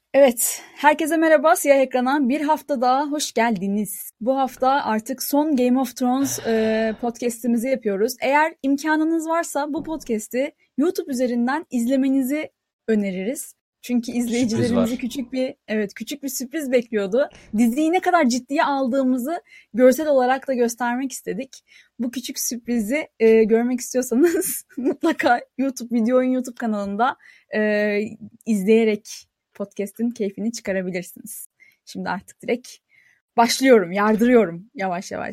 Evet, herkese merhaba. Siyah Ekran'a bir hafta daha hoş geldiniz. Bu hafta artık son Game of Thrones podcast'imizi yapıyoruz. Eğer imkanınız varsa bu podcast'i YouTube üzerinden izlemenizi öneririz. Çünkü Sürpriz izleyicilerimizi var. küçük bir sürpriz bekliyordu. Diziyi ne kadar ciddiye aldığımızı görsel olarak da göstermek istedik. Bu küçük sürprizi görmek istiyorsanız mutlaka YouTube kanalında izleyerek podcast'in keyfini çıkarabilirsiniz. Şimdi artık direkt başlıyorum, yardırıyorum yavaş yavaş.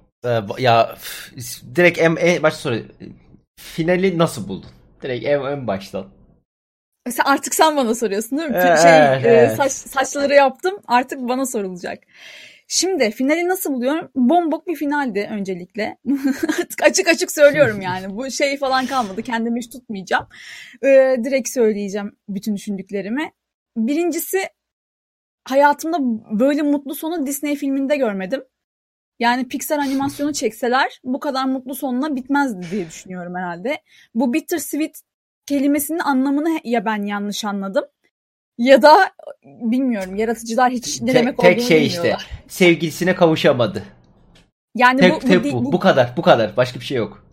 Direkt en başta soru. Finali nasıl buldun? Direkt en baştan. Artık sen bana soruyorsun değil mi? Evet. Saçları yaptım, artık bana sorulacak. Şimdi finali nasıl buluyorum? Bombok bir finaldi öncelikle. Artık açık açık söylüyorum yani. Bu şey falan kalmadı. Kendimi hiç tutmayacağım. Direkt söyleyeceğim bütün düşündüklerimi. Birincisi, hayatımda böyle mutlu sonu Disney filminde görmedim. Yani Pixar animasyonu çekseler bu kadar mutlu sonuna bitmezdi diye düşünüyorum herhalde. Bu bittersweet kelimesinin anlamını ya ben yanlış anladım ya da bilmiyorum, yaratıcılar hiç ne demek Tek olduğunu şey işte. bilmiyorlar. Sevgilisine kavuşamadı. Yani Tek bu. Bu kadar. Bu kadar. Başka bir şey yok.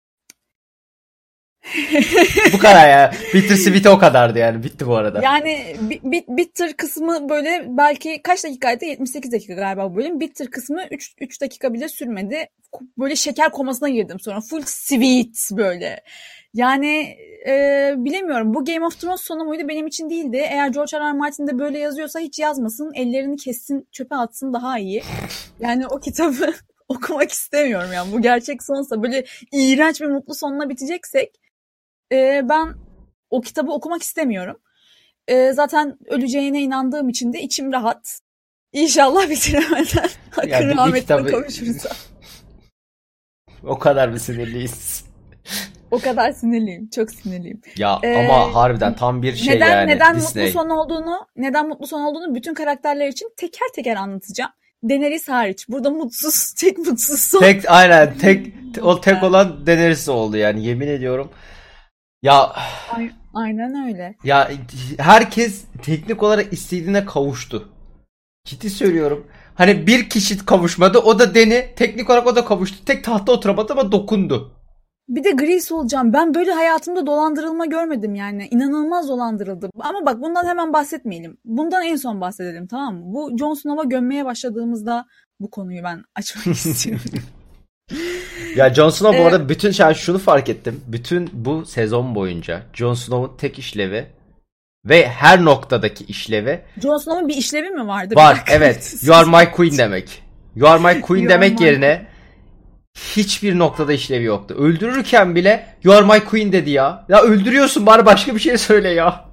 Bu kadar ya. Bittersweet o kadardı yani. Bitti bu arada. yani bitter kısmı böyle belki kaç dakikaydı? 78 dakika galiba bu bölüm. Bitter kısmı 3 dakika bile sürmedi. Böyle şeker komasına girdim sonra. Full sweet böyle. Yani bilemiyorum. Bu Game of Thrones sonu muydu? Benim için değildi. Eğer George R. R. Martin de böyle yazıyorsa hiç yazmasın. Ellerini kessin, çöpe atsın, daha iyi. Yani o kitabı okumak istemiyorum yani. Bu gerçek sonsa, böyle iğrenç bir mutlu sonuna biteceksek ben o kitabı okumak istemiyorum. Zaten öleceğine inandığım için de içim rahat. İnşallah bitiremeden hakkın Yani bir rahmetine kitabı kavuşursa. o kadar mı sinirliyiz? O kadar sinirliyim. Çok sinirliyim. Ya Ee, ama harbiden tam bir şey neden yani. neden mutlu Disney. son olduğunu, neden mutlu son olduğunu bütün karakterler için teker teker anlatacağım. Daenerys hariç. Burada mutsuz, tek mutsuz son. Aynen tek olan Daenerys oldu yani, yemin ediyorum. Ya Aynen öyle. ya herkes teknik olarak istediğine kavuştu. Ciddi söylüyorum. Hani bir kişi kavuşmadı, o da Dany. Teknik olarak o da kavuştu. Tek tahta oturamadı ama dokundu. Bir de Grease olacağım. Ben böyle hayatımda dolandırılma görmedim yani. İnanılmaz dolandırıldı. Ama bak, bundan hemen bahsetmeyelim. Bundan en son bahsedelim, tamam mı? Bu Jon Snow'a gömmeye başladığımızda bu konuyu ben açmak istiyorum. Ya Jon Snow bu Ee, arada şunu fark ettim. Bütün bu sezon boyunca Jon Snow'un tek işlevi ve her noktadaki işlevi Jon Snow'un bir işlevi mi vardı? Bir var. dakika. Evet. You are my queen demek. You are my queen You are demek my yerine hiçbir noktada işlevi yoktu. Öldürürken bile You are my queen dedi ya. Ya öldürüyorsun, bari başka bir şey söyle ya.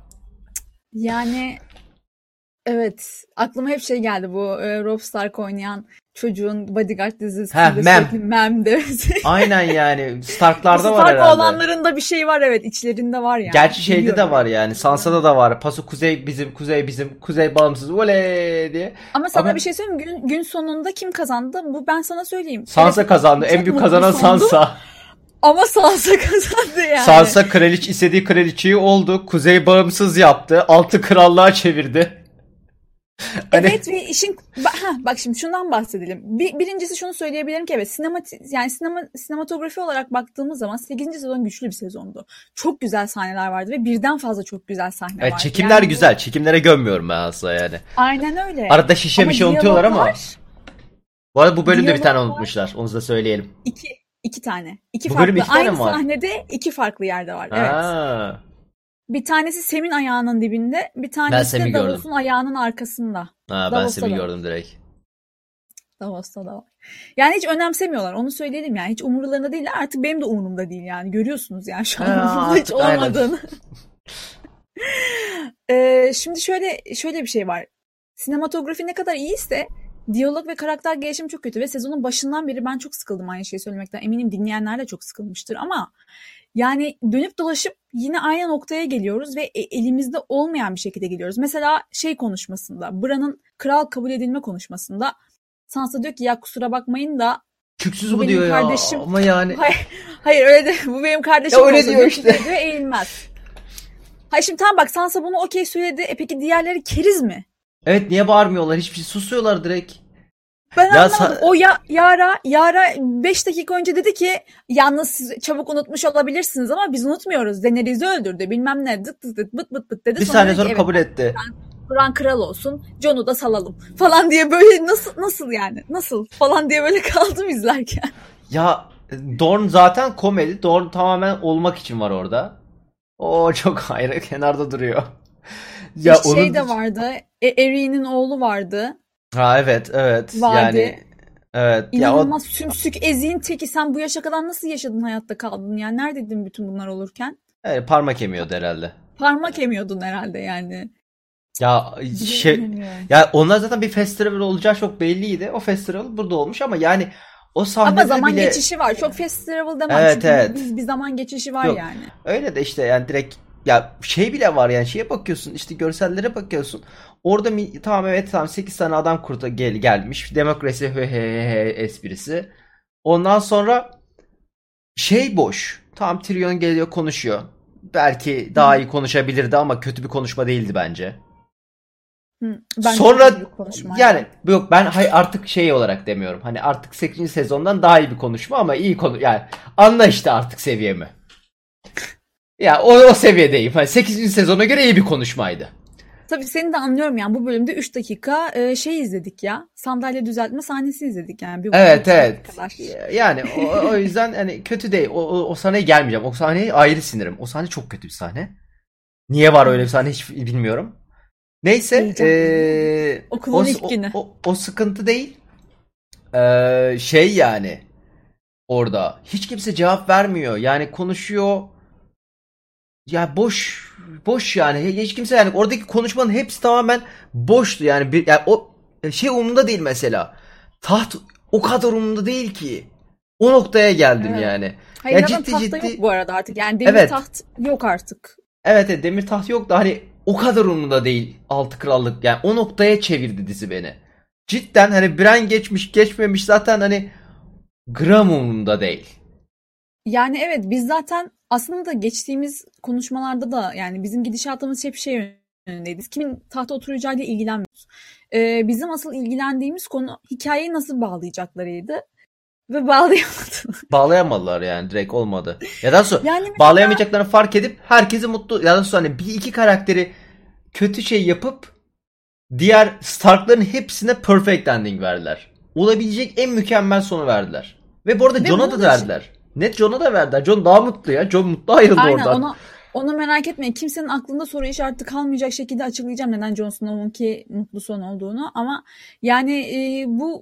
Yani evet, aklıma hep şey geldi, bu Robb Stark oynayan çocuğun Bodyguard dizisinde Mem. sürekli mem de. Aynen yani. Stark'larda var Stark herhalde. olanların da bir şey var, evet, içlerinde var yani. Gerçi şeyde Biliyorum de var yani. yani. Sansa'da da var. Paso kuzey bizim, kuzey bizim, kuzey bağımsız. Oley diye. Ama sana Ama bir şey söyleyeyim mi? Gün sonunda kim kazandı? Bu, ben sana söyleyeyim. Sansa Evet, kazandı. En çok büyük mutlu kazanan sondu. Sansa. Ama Sansa kazandı yani. Sansa istediği kraliçeyi oldu. Kuzey bağımsız yaptı. Altı krallığa çevirdi. Hani Evet ve bak şimdi şundan bahsedelim. Birincisi şunu söyleyebilirim ki evet, sinematografi olarak baktığımız zaman 8. sezon güçlü bir sezondu. Çok güzel sahneler vardı ve birden fazla çok güzel sahne evet, vardı. çekimler Yani güzel. Çekimlere gömmüyorum ben aslında yani. aynen öyle. Arada şişe Ama bir şey unutuyorlar ama. diyaloglar, Bu arada bu bölümde bir tane diyaloglar unutmuşlar. Onu da söyleyelim. iki tane. İki Bu bölüm farklı. iki tane Aynı mi var? sahnede iki farklı yerde var. Evet. Ha. Bir tanesi Sem'in ayağının dibinde, bir Ben tanesi Sem'i de gördüm. Davos'un ayağının arkasında. Ben Davos'ta Sem'i da var. gördüm direkt. Davos'ta da var. Yani hiç önemsemiyorlar. Onu söyleyelim yani. Hiç umurlarında değil. Artık benim de umurumda değil yani. Görüyorsunuz yani şu an umurumda hiç Artık aynen. olmadığını. Şimdi şöyle bir şey var. Sinematografi ne kadar iyiyse diyalog ve karakter gelişimi çok kötü ve sezonun başından beri ben çok sıkıldım aynı şeyi söylemekten. Eminim dinleyenler de çok sıkılmıştır ama yani dönüp dolaşıp yine aynı noktaya geliyoruz ve elimizde olmayan bir şekilde geliyoruz. Mesela şey konuşmasında, Bran'ın kral kabul edilme konuşmasında Sansa diyor ki ya kusura bakmayın da Küksüz bu bu benim diyor ya. kardeşim. Ama yani. Hayır öyle de bu benim kardeşim Ya öyle olsa diyor diyor, işte. diyor eğilmez. Hayır şimdi tamam bak Sansa bunu okey söyledi. Peki diğerleri keriz mi? Evet, niye bağırmıyorlar? Hiçbir şey, susuyorlar direkt. Ben Ya anlamadım. O Yara 5 dakika önce dedi ki yalnız siz çabuk unutmuş olabilirsiniz ama biz unutmuyoruz. Daenerys'i öldürdü. Bilmem ne dıt dıt dıt bıt bıt bıt dedi. bir Sonra saniye dedi sonra ki, kabul etti. Bran kral olsun. Jon'u da salalım falan diye böyle nasıl yani? Nasıl falan diye böyle kaldım izlerken. Ya Dorne zaten komedi. Dorne tamamen olmak için var orada. O çok ayrı kenarda duruyor. Ya İşte onun de vardı. Aerys'in oğlu vardı. Ha, evet Vardı. yani evet İnanılmaz sümsük eziğin teki. Sen bu yaşa kadar nasıl yaşadın, hayatta kaldın yani? Neredeydin bütün bunlar olurken? evet, parmak emiyordu herhalde. Parmak emiyordun herhalde yani. Ya Bilmiyorum. ya onlar zaten bir festival olacağı çok belliydi. O festival burada olmuş ama yani o sahnede Ama zaman bile geçişi var. Çok festival demem. Evet, Çünkü evet. bir zaman geçişi var Yok. yani. Öyle de işte yani direkt ya şey bile var yani şeye bakıyorsun işte görsellere bakıyorsun. Orada tamam evet tamam 8 tane adam gelmiş. Demokrasi esprisi. Ondan sonra şey boş. Tamam Tyrion geliyor konuşuyor. Belki daha iyi konuşabilirdi ama kötü bir konuşma değildi bence. Bence Sonra bir konuşma yani yok ben artık şey olarak demiyorum. Hani artık 8. sezondan daha iyi bir konuşma ama iyi yani anla işte artık seviyemi. Ya o seviyedeyim. Hani 8. sezona göre iyi bir konuşmaydı. Tabii seni de anlıyorum yani, bu bölümde 3 dakika şey izledik ya. Sandalye düzeltme sahnesi izledik yani. Evet. Kadar. Yani o yüzden hani kötü değil. O sahneye gelmeyeceğim. O sahneye ayrı sinirim. O sahne çok kötü bir sahne. Niye var öyle bir sahne hiç bilmiyorum. Neyse. Okulun ilk günü. O sıkıntı değil. Şey yani. Orada. Hiç kimse cevap vermiyor. Yani konuşuyor. Ya boş yani. Hiç kimse yani oradaki konuşmanın hepsi tamamen boştu yani yani o şey umurumda değil mesela. Taht o kadar umurumda değil ki. O noktaya geldim Evet. yani. Hayır Ya zaten tahta ciddi yok bu arada artık. Yani demir evet. taht yok artık. Evet, demir taht yok da hani o kadar umurumda değil Altı Krallık. Yani o noktaya çevirdi dizi beni. Cidden hani Bran geçmiş geçmemiş zaten hani gram umurumda değil. Yani evet, biz zaten aslında geçtiğimiz konuşmalarda da yani bizim gidişatımız hep şey yönündeyiz. Biz kimin tahta oturacağıyla ilgilenmiyoruz. Bizim asıl ilgilendiğimiz konu hikayeyi nasıl bağlayacaklarıydı. Ve bağlayamadılar. Bağlayamadılar yani direkt olmadı. Ya da sonra Yani mesela... bağlayamayacaklarını fark edip herkesi mutlu ya da sonra hani bir iki karakteri kötü şey yapıp diğer Stark'ların hepsine perfect ending verdiler. Olabilecek en mükemmel sonu verdiler. Ve bu arada Jon'a da verdiler. Net Jon'a da verdiler. Jon daha mutlu ya. Jon mutlu ayrıldı aynen, oradan. onu merak etmeyin. Kimsenin aklında soru işareti kalmayacak şekilde açıklayacağım neden Jon Snow'unki mutlu son olduğunu. Ama yani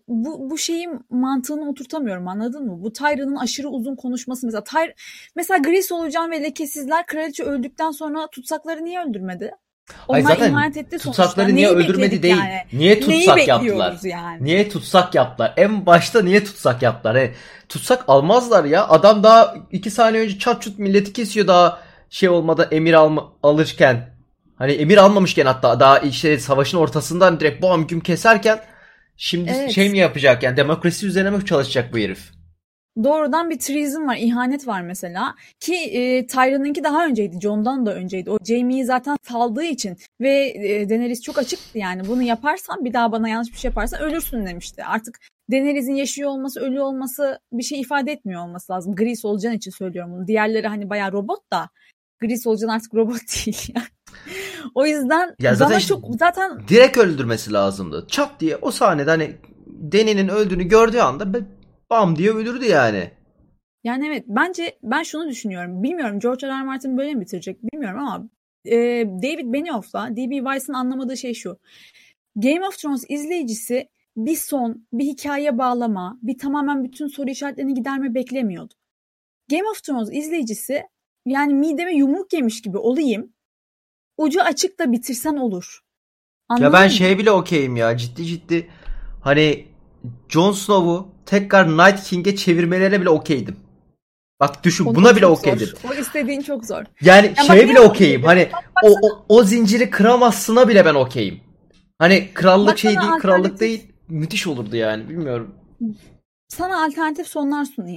bu şeyin mantığını oturtamıyorum, anladın mı? Bu Tyrion'un aşırı uzun konuşması mesela. Mesela Gris solucan ve lekesizler kraliçe öldükten sonra tutsakları niye öldürmedi? Onlar zaten ihanet etti sonuçta. tutsakları niye Neyi öldürmedi değil. yani? Niye tutsak yaptılar? Yani? Niye tutsak yaptılar? En başta niye tutsak yaptılar? Hani tutsak almazlar ya. Adam daha 2 saniye önce çat çut milleti kesiyor daha şey olmadan emir alırken. Hani emir almamışken hatta daha işte savaşın ortasından direkt bam güm keserken şimdi Evet. şey mi yapacak yani demokrasi üzerine mi çalışacak bu herif? Doğrudan bir treason var, ihanet var mesela. Ki Tyrion'unki daha önceydi, Jon'dan da önceydi. O Jaime'yi zaten saldığı için ve Daenerys çok açıktı yani. Bunu yaparsan, bir daha bana yanlış bir şey yaparsan ölürsün demişti. Artık Daenerys'in yaşıyor olması, ölü olması bir şey ifade etmiyor olması lazım. Gris Solucan için söylüyorum bunu. Diğerleri hani bayağı robot da Gris Solucan artık robot değil yani. O yüzden ya zaten zaten direkt öldürmesi lazımdı. Çat diye o sahnede hani Dany'nin öldüğünü gördüğü anda bam diye ölürdü yani. Yani evet, bence ben şunu düşünüyorum. Bilmiyorum George R. R. Martin böyle mi bitirecek bilmiyorum ama David Benioff'la D.B. Weiss'in anlamadığı şey şu. Game of Thrones izleyicisi bir son, bir hikaye bağlama, bir tamamen bütün soru işaretlerini giderme beklemiyordu. Game of Thrones izleyicisi yani mideme yumruk yemiş gibi olayım, ucu açık da bitirsen olur. Anladın ya ben mı? şey bile okeyim ya ciddi hani Jon Snow'u tekrar Night King'e çevirmelerine bile okeydim. Bak düşün buna bile okeydim. O istediğin çok zor. Yani ya şeye bile okeyim. Hani o zinciri kıramazsına bile ben okeyim. Hani krallık bak, şey değil, krallık değil. Müthiş olurdu yani bilmiyorum. Sana alternatif sonlar sunayım.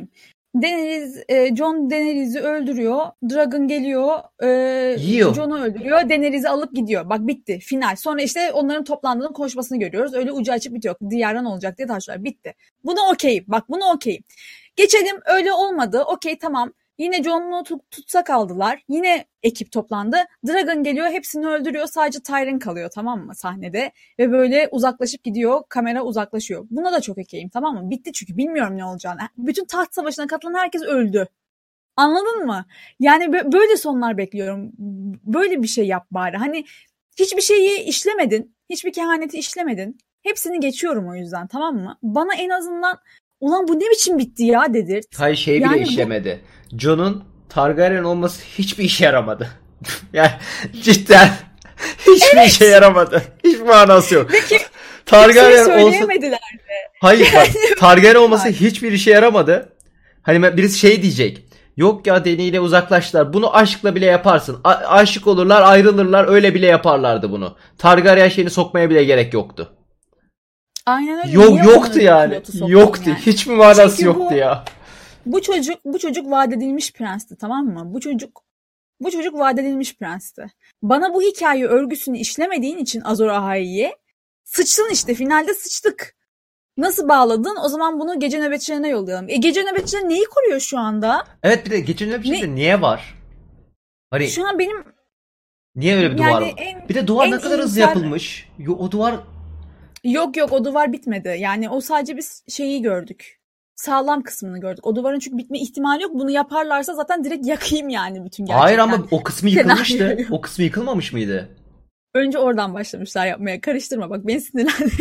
Jon Daenerys'i öldürüyor. Dragon geliyor. Yiyor. Jon'u öldürüyor. Daenerys'i alıp gidiyor. Bak bitti. Final. Sonra işte onların toplandığının konuşmasını görüyoruz. Öyle ucu açık bitiyor. Diyarda ne olacak diye tartışıyorlar. Bitti. Buna okeyim. Bak buna okeyim. Geçelim, öyle olmadı. Okey, tamam. Yine Jon'u tutsak aldılar. Yine ekip toplandı. Dragon geliyor, hepsini öldürüyor. Sadece Tyrion kalıyor, tamam mı, sahnede. Ve böyle uzaklaşıp gidiyor. Kamera uzaklaşıyor. Buna da çok okeyim, tamam mı? Bitti çünkü bilmiyorum ne olacağını. Bütün taht savaşına katılan herkes öldü. Anladın mı? Yani böyle sonlar bekliyorum. Böyle bir şey yap bari. Hani hiçbir şeyi işlemedin. Hiçbir kehaneti işlemedin. Hepsini geçiyorum o yüzden, tamam mı? Bana en azından ulan bu ne biçim bitti ya dedirt. Hayır, şey bile Yani işlemedi. Jon'un Targaryen olması hiçbir işe yaramadı. Yani cidden hiçbir işe yaramadı. Hiç manası yok. Peki Targaryen olsa... söyleyemediler. Hayır bak, Targaryen olması hiçbir işe yaramadı. Hani birisi şey diyecek. Yok ya, Dany ile uzaklaştılar. Bunu aşkla bile yaparsın. Aşık olurlar, ayrılırlar, öyle bile yaparlardı bunu. Targaryen şeyini sokmaya bile gerek yoktu. Aynen öyle. Yoktu yani. Yoktu. Yani. Hiç mi manası yoktu ya? Bu çocuk vaat edilmiş prensti, tamam mı? Bu çocuk vaat edilmiş prensti. Bana bu hikaye örgüsünü işlemediğin için Azor Ahai'ye sıçtın işte. Finalde sıçtık. Nasıl bağladın? O zaman bunu gece nöbetçilerine yollayalım. Gece nöbetçileri neyi koruyor şu anda? Evet, bir de gece nöbetçileri niye var? Hani şu an benim... Niye öyle bir duvar var? Bir de duvar ne kadar hızlı yapılmış. O duvar... Yok o duvar bitmedi. Yani o sadece biz şeyi gördük. Sağlam kısmını gördük. O duvarın çünkü bitme ihtimali yok. Bunu yaparlarsa zaten direkt yakayım yani bütün gerçekten. Hayır ama o kısmı yıkılmıştı. O kısmı yıkılmamış mıydı? Önce oradan başlamışlar yapmaya. Karıştırma bak, beni sinirlendi.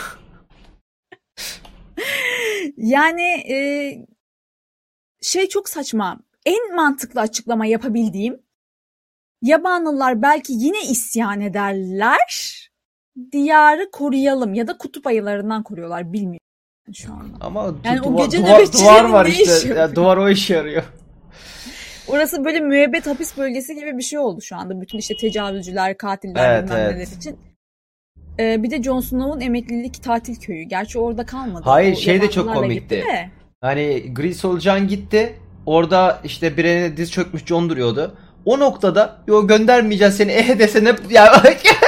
Yani şey çok saçma. En mantıklı açıklama yapabildiğim, Yabanlılar belki yine isyan ederler. Diyarı koruyalım ya da kutup ayılarından koruyorlar, bilmiyorum şu anda. Ama yani duvar var işte. Yani duvar o işe yarıyor. Orası böyle müebbet hapis bölgesi gibi bir şey oldu şu anda. Bütün işte tecavüzcüler, katiller, bilmem neler için. Bir de Jon Snow'un emeklilik tatil köyü. Gerçi orada kalmadı. Hayır, şey de çok komikti. Hani Gris Olcan gitti. Orada işte birine diz çökmüş Jon duruyordu. O noktada yo göndermeyeceğiz seni desene ya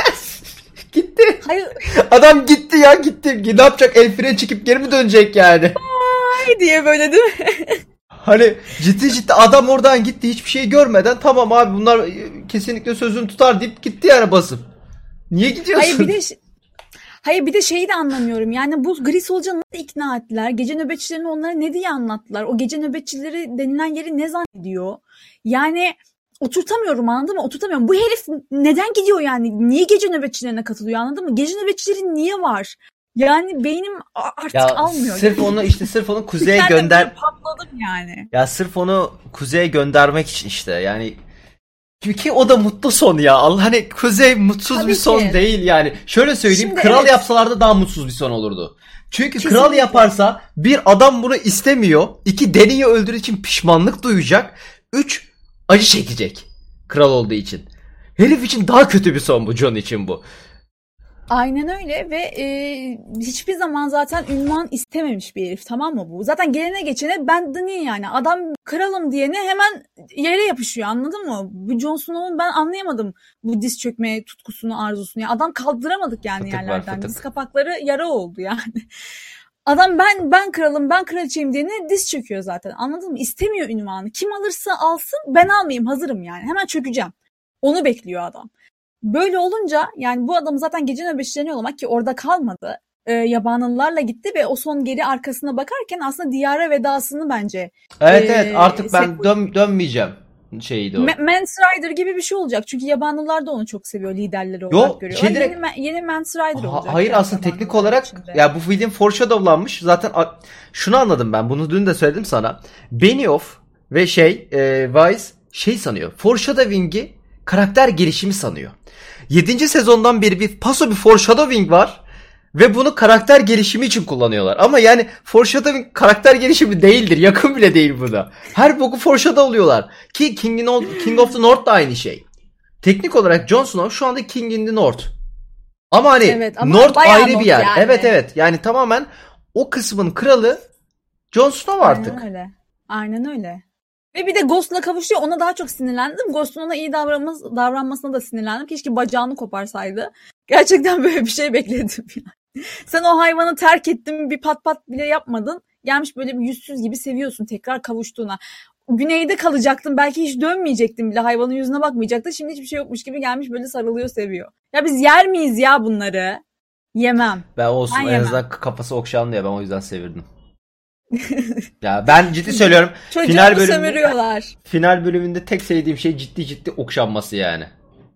gitti. Hayır. Adam gitti ya, gitti. Ne yapacak? El freni çekip geri mi dönecek yani? Ay diye böyle değil mi? Hani ciddi adam oradan gitti hiçbir şey görmeden, tamam abi bunlar kesinlikle sözünü tutar deyip gitti yani basıp. Niye gidiyorsun? Hayır bir de şeyi de anlamıyorum. Yani bu Gris Olcan'ı nasıl ikna ettiler? Gece nöbetçilerini onlara ne diye anlattılar? O gece nöbetçileri denilen yeri ne zannediyor? Yani oturtamıyorum, anladın mı? Oturtamıyorum. Bu herif neden gidiyor yani? Niye gece nöbetçilerine katılıyor, anladın mı? Gece nöbetçileri niye var? Yani beynim artık almıyor. Sırf onu kuzeye gönder. Patladım yani. Ya sırf onu kuzeye göndermek için işte. Yani ki o da mutlu son ya. Allah, hani kuzey mutsuz tabii bir son değil yani. Şöyle söyleyeyim, şimdi kral yapsalardı daha mutsuz bir son olurdu. Çünkü kesinlikle. Kral yaparsa bir, adam bunu istemiyor. 2, Dany'yi öldürdüğü için pişmanlık duyacak. 3, acı çekecek. Kral olduğu için. Herif için daha kötü bir son bu, Jon için bu. Aynen öyle ve hiçbir zaman zaten ünvan istememiş bir herif, tamam mı bu? Zaten gelene geçene ben de niye yani? Adam kralım diyene hemen yere yapışıyor, anladın mı? Bu Jon Snow'un ben anlayamadım bu diz çökme tutkusunu, arzusunu. Ya adam kaldıramadık yani fıtık yerlerden. Diz kapakları yara oldu yani. Adam ben kralım, ben kraliçeyim diyene diz çöküyor zaten, anladın mı? İstemiyor ünvanı. Kim alırsa alsın, ben almayayım, hazırım yani. Hemen çökeceğim. Onu bekliyor adam. Böyle olunca yani bu adamı zaten gece nöbetçilerine yollamak, ki orada kalmadı. Yabanlılarla gitti ve o son geri arkasına bakarken aslında diyara vedasını bence. Evet artık ben dönmeyeceğim şeydi o. Mance Rider gibi bir şey olacak. Çünkü yabanlılar da onu çok seviyor, liderleri olarak görüyor. Yeni Mance Rider olacak. Hayır yani, aslında teknik olarak içinde. Ya bu film foreshadowlanmış. Zaten şunu anladım ben. Bunu dün de söyledim sana. Benioff ve Weiss sanıyor. Foreshadowing'i karakter gelişimi sanıyor. 7. sezondan beri bir foreshadowing var ve bunu karakter gelişimi için kullanıyorlar. Ama yani foreshadowing karakter gelişimi değildir. Yakın bile değil buna. Her boku foreshadowluyorlar. Ki King of the North da aynı şey. Teknik olarak Jon Snow şu anda King in the North. Ama hani evet, North ayrı bir yer. Yani. Evet. Yani tamamen o kısmın kralı Jon Snow artık. Aynen öyle. Aynen öyle. Ve bir de Ghost'la kavuşuyor. Ona daha çok sinirlendim. Ghost'un ona iyi davranmasına da sinirlendim. Keşke bacağını koparsaydı. Gerçekten böyle bir şey bekledim yani. Sen o hayvanı terk ettin, bir pat pat bile yapmadın. Gelmiş böyle bir yüzsüz gibi seviyorsun tekrar kavuştuğuna. Güneyde kalacaktın. Belki hiç dönmeyecektin bile. Hayvanın yüzüne bakmayacaktın. Şimdi hiçbir şey yokmuş gibi gelmiş böyle sarılıyor, seviyor. Ya biz yer miyiz ya bunları? Yemem. Ben olsun, Ben en yemem. azından kafası okşandı ya, ben o yüzden sevirdim. Ya ben ciddi söylüyorum. Çocuğumu sömürüyorlar. Final bölümünde tek sevdiğim şey ciddi okşanması yani.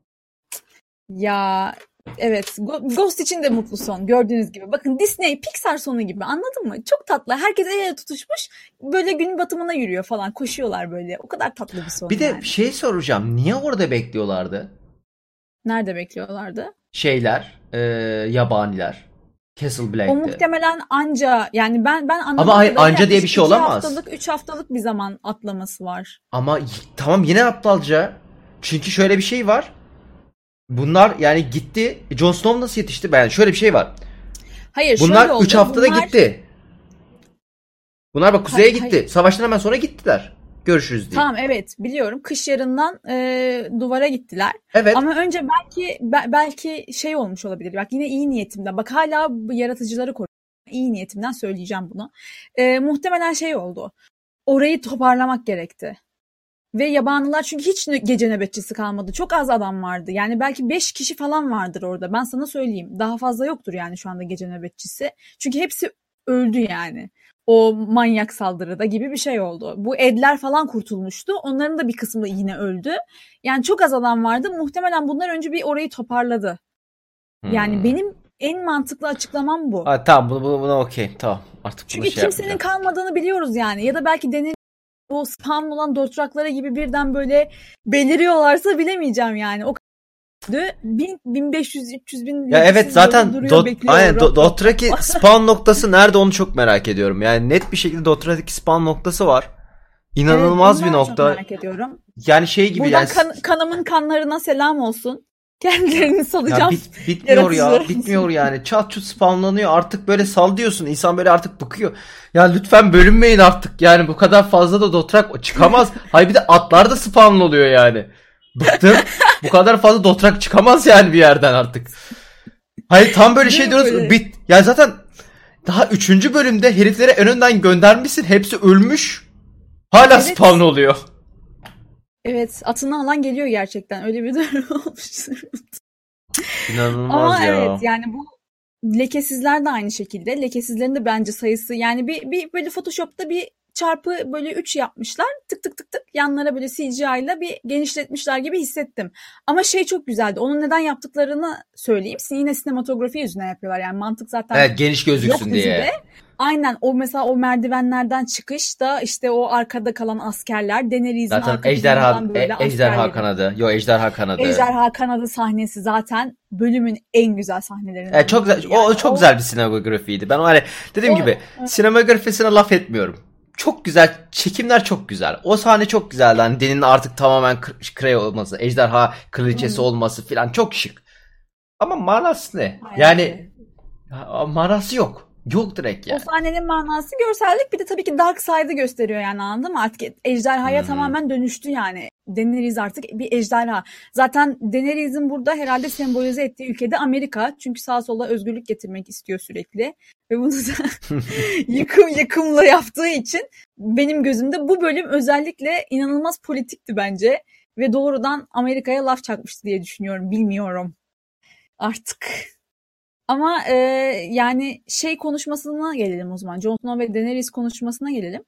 Ya evet, Ghost için de mutlu son gördüğünüz gibi. Bakın Disney Pixar sonu gibi, anladın mı? Çok tatlı. Herkes el ele tutuşmuş böyle gün batımına yürüyor falan, koşuyorlar böyle. O kadar tatlı bir son Bir de yani. şey soracağım. Niye orada bekliyorlardı? Nerede bekliyorlardı? Yabaniler. Castle Black'te. O muhtemelen anca yani ben anladım. Ama hayır, anca diye bir şey olamaz. 3 haftalık bir zaman atlaması var. Ama tamam, yine aptalca. Çünkü şöyle bir şey var. Bunlar yani gitti. Jon Snow nasıl yetişti? Yani şöyle bir şey var. Hayır, bunlar şöyle oldu. 3 haftada gitti. Bunlar bak kuzeye gitti. Hayır. Savaştan hemen sonra gittiler. Görüşürüz diye. Tamam, evet biliyorum. Kış yarından duvara gittiler. Evet. Ama önce belki şey olmuş olabilir. Bak yine iyi niyetimden. Bak hala bu yaratıcıları koruyorum. İyi niyetimden söyleyeceğim bunu. Muhtemelen şey oldu. Orayı toparlamak gerekti. Ve yabaniler çünkü hiç gece nöbetçisi kalmadı. Çok az adam vardı. Yani belki 5 kişi falan vardır orada. Ben sana söyleyeyim. Daha fazla yoktur yani şu anda gece nöbetçisi. Çünkü hepsi öldü yani. O manyak saldırıda gibi bir şey oldu. Bu Edler falan kurtulmuştu. Onların da bir kısmı yine öldü. Yani çok az adam vardı. Muhtemelen bunlar önce bir orayı toparladı. Yani benim en mantıklı açıklamam bu. Ha, tamam, buna okey. Tamam. Artık çünkü kimsenin kalmadığını biliyoruz yani. Ya da belki o spam olan Dothraklara gibi birden böyle beliriyorlarsa bilemeyeceğim yani. O 1500-300 bin ya evet, zaten Dothraki spawn noktası nerede onu çok merak ediyorum. Yani net bir şekilde Dothraki spawn noktası var. İnanılmaz bir nokta. Çok merak ediyorum. Yani şey gibi buradan yani. Kanımın kanlarına selam olsun. Kendilerini salacağım. Ya bitmiyor ya. Bitmiyor yani. Çat çut spawnlanıyor. Artık böyle sal diyorsun. İnsan böyle artık bıkıyor. Ya lütfen bölünmeyin artık. Yani bu kadar fazla da Dothrak çıkamaz. Hayır, bir de atlar da spawn oluyor yani. Bıktım. Bu kadar fazla Dothrak çıkamaz yani bir yerden artık. Hayır, tam böyle şey diyoruz. Yani zaten daha 3. bölümde herifleri en önden göndermişsin. Hepsi ölmüş. Hala spawn oluyor. Evet, atını alan geliyor gerçekten. Öyle bir durum olmuş. İnanılmaz. Ama ya. Evet, yani bu lekesizler de aynı şekilde. Lekesizlerin de bence sayısı yani bir böyle Photoshop'ta bir çarpı böyle 3 yapmışlar. Tık tık tık tık yanlara böyle CGI ile bir genişletmişler gibi hissettim. Ama şey çok güzeldi. Onun neden yaptıklarını söyleyeyim. Yine sinematografi yüzüne yapıyorlar. Yani mantık zaten evet, geniş gözüksün diye. Aynen, o mesela o merdivenlerden çıkışta işte o arkada kalan askerler, Daenerys'in arkasından böyle ejderha kanadı. Ejderha kanadı. Ejderha kanadı sahnesi zaten bölümün en güzel sahnelerinden. Çok güzel. Yani o çok güzel bir sinemografiydi. Ben hani dediğim gibi sinemografisine laf etmiyorum. Çok güzel. Çekimler çok güzel. O sahne çok güzeldi. Hani Dany'nin artık tamamen Krey olması, ejderha kraliçesi olması falan çok şık. Ama manası ne? Yani manası yok. Yok direkt yani. O sahnenin manası görsellik, bir de tabii ki Dark Side'ı gösteriyor yani, anladın mı? Artık ejderhaya tamamen dönüştü yani. Daenerys artık bir ejderha. Zaten Daenerys'in burada herhalde sembolize ettiği ülkede Amerika. Çünkü sağa sola özgürlük getirmek istiyor sürekli. Ve bunu da yıkımla yaptığı için benim gözümde bu bölüm özellikle inanılmaz politikti bence. Ve doğrudan Amerika'ya laf çakmıştı diye düşünüyorum. Bilmiyorum. Artık... Ama yani şey konuşmasına gelelim o zaman. Jon Snow ve Daenerys konuşmasına gelelim.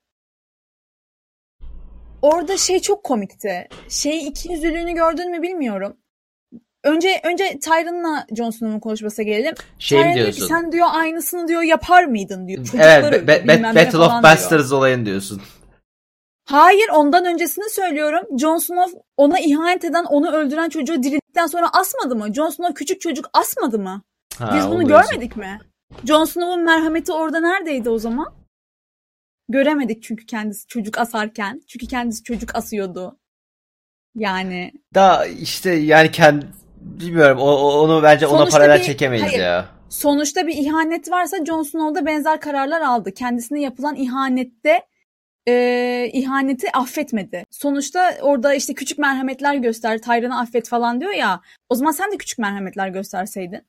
Orada şey çok komikti. İkiyüzlülüğünü gördün mü bilmiyorum. Önce Tyrion'la Jon Snow'un konuşmasına gelelim. Tyrion diyor ki sen diyor aynısını diyor yapar mıydın diyor. Evet, Battle of Bastards olayını diyorsun. Hayır, ondan öncesini söylüyorum. Jon Snow ona ihanet eden, onu öldüren çocuğu dirildikten sonra asmadı mı? Jon Snow küçük çocuk asmadı mı? Biz bunu görmedik mi? Jon Snow'un merhameti orada neredeydi o zaman? Göremedik çünkü kendisi çocuk asarken. Çünkü kendisi çocuk asıyordu. Yani. Da işte yani bilmiyorum, onu bence ona paralel çekemeyiz ya. Sonuçta bir ihanet varsa Jon Snow da benzer kararlar aldı. Kendisine yapılan ihanette ihaneti affetmedi. Sonuçta orada işte küçük merhametler göster, Tyrion'u affet falan diyor ya. O zaman sen de küçük merhametler gösterseydin.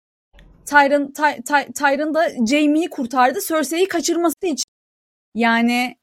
Tyrion da Jaime'yi kurtardı Cersei'yi kaçırması için. Yani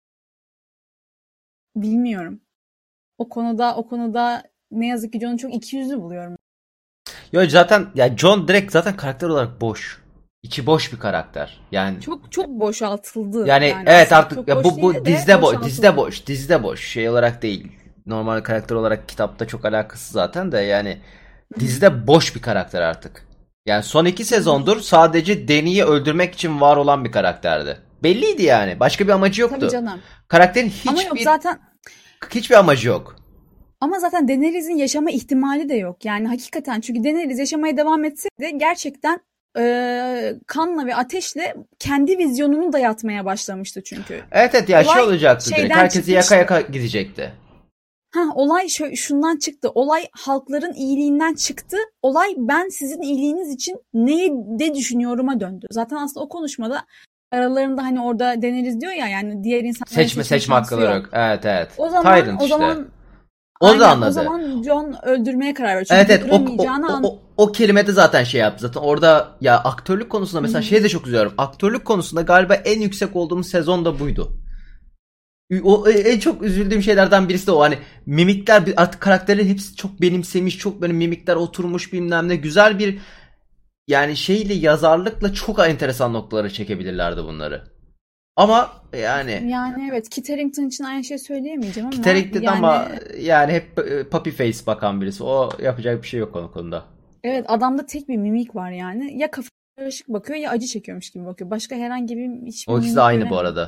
bilmiyorum. O konuda ne yazık ki Jon'u çok ikiyüzlü buluyorum. Yo zaten ya Jon direkt zaten karakter olarak boş. İçi boş bir karakter. Yani Çok boşaltıldı. yani evet artık ya boş bu değil de dizide boş şey olarak değil. Normal karakter olarak kitapta çok alakası zaten de yani dizide boş bir karakter artık. Yani son 2 sezondur sadece Dany'yi öldürmek için var olan bir karakterdi. Belliydi yani. Başka bir amacı yoktu. Tabii canım. Karakterin Ama yok zaten hiçbir amacı yok. Ama zaten Daenerys'in yaşama ihtimali de yok. Yani hakikaten çünkü Daenerys yaşamaya devam etse de gerçekten kanla ve ateşle kendi vizyonunu dayatmaya başlamıştı çünkü. Evet ya olay şey olacaktı direkt. Herkesi yaka yaka gidecekti. Olay şundan çıktı. Olay halkların iyiliğinden çıktı. Olay ben sizin iyiliğiniz için ne düşünyorum'a döndü. Zaten aslında o konuşmada aralarında hani orada Daenerys diyor ya yani diğer insanların seçme hakları yok. Evet. O zaman o da anladı. O zaman Jon öldürmeye karar verdi. Çünkü o kelimede zaten şey yaptı. Zaten orada ya aktörlük konusunda mesela şey de çok üzülüyorum. Aktörlük konusunda galiba en yüksek olduğumuz sezon da buydu. O en çok üzüldüğüm şeylerden birisi de o. Hani mimikler artık karakterlerin hepsi çok benimsemiş. Çok böyle mimikler oturmuş bilmem ne. Güzel bir yani şeyle yazarlıkla çok enteresan noktalara çekebilirlerdi bunları. Ama yani evet Kit Harington için aynı şey söyleyemeyeceğim ama Kit Harington ama yani hep puppy face bakan birisi. O yapacak bir şey yok onun konuda. Evet adamda tek bir mimik var yani. Ya kafa karışık bakıyor ya acı çekiyormuş gibi bakıyor. Başka herhangi bir hiçbir o ikisi de aynı bu arada.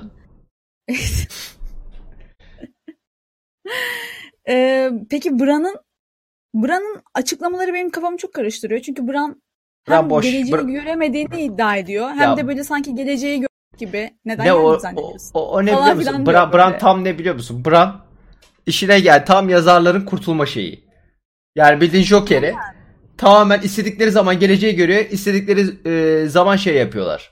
Peki Bran'ın açıklamaları benim kafamı çok karıştırıyor. Çünkü Bran hem geleceği göremediğini iddia ediyor. Hem de böyle sanki geleceği görüyor gibi. Neden yani zannediyorsun? O ne biliyor musun? Bran tam ne biliyor musun? Bran işine gel tam yazarların kurtulma şeyi. Yani bildiğin Joker'i tamamen istedikleri zaman geleceği görüyor. İstedikleri zaman şey yapıyorlar.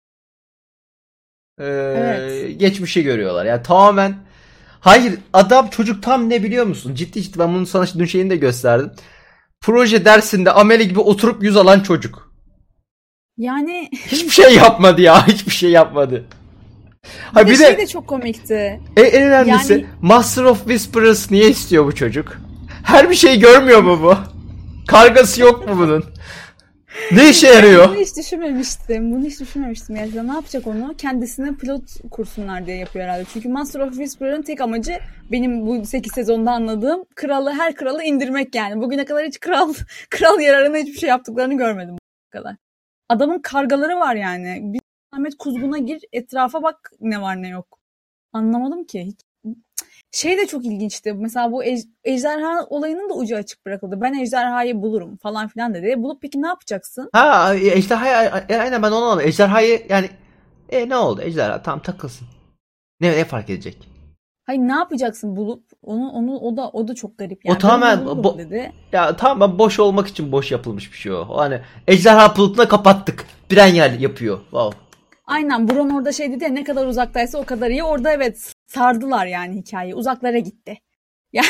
Evet. Geçmişi görüyorlar. Yani tamamen hayır adam çocuk tam ne biliyor musun? Ciddi ben bunu sana dün şeyini de gösterdim. Proje dersinde ameli gibi oturup 100 alan çocuk. Yani hiçbir şey yapmadı ya. Hiçbir şey yapmadı. Bir de şey de çok komikti. En önemlisi yani... Master of Whisperers niye istiyor bu çocuk? Her bir şey görmüyor mu bu? Kargası yok mu bunun? Ne işe yarıyor? Bunu hiç düşünmemiştim. Yani ne yapacak onu? Kendisine pilot kursunlar diye yapıyor herhalde. Çünkü Master of Whisperer'ın tek amacı benim bu 8 sezonda anladığım her kralı indirmek yani. Bugüne kadar hiç kral yararına hiçbir şey yaptıklarını görmedim bu kadar. Adamın kargaları var yani. Bir Ahmet Kuzgun'a gir etrafa bak ne var ne yok. Anlamadım ki. Hiç. Şey de çok ilginçti. Mesela bu ejderha olayının da ucu açık bırakıldı. Ben ejderhayı bulurum falan filan dedi. Bulup peki ne yapacaksın? Ejderhayı aynen ben onu anladım. Ejderhayı yani ne oldu? Ejderha tam takılsın. Ne fark edecek? Hayır ne yapacaksın bulup onu o da çok garip yani. O tamamen dedi. Ya tamamen boş olmak için boş yapılmış bir şey o. Hani ejderha bulutuna kapattık. Birenyel yapıyor. Wow. Aynen Bron orada şey dedi ya ne kadar uzaktaysa o kadar iyi. Orada evet sardılar yani hikayeyi. Uzaklara gitti. Yani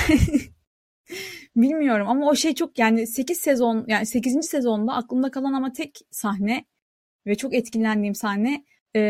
bilmiyorum ama o şey çok yani 8 sezonda aklımda kalan ama tek sahne ve çok etkilendiğim sahne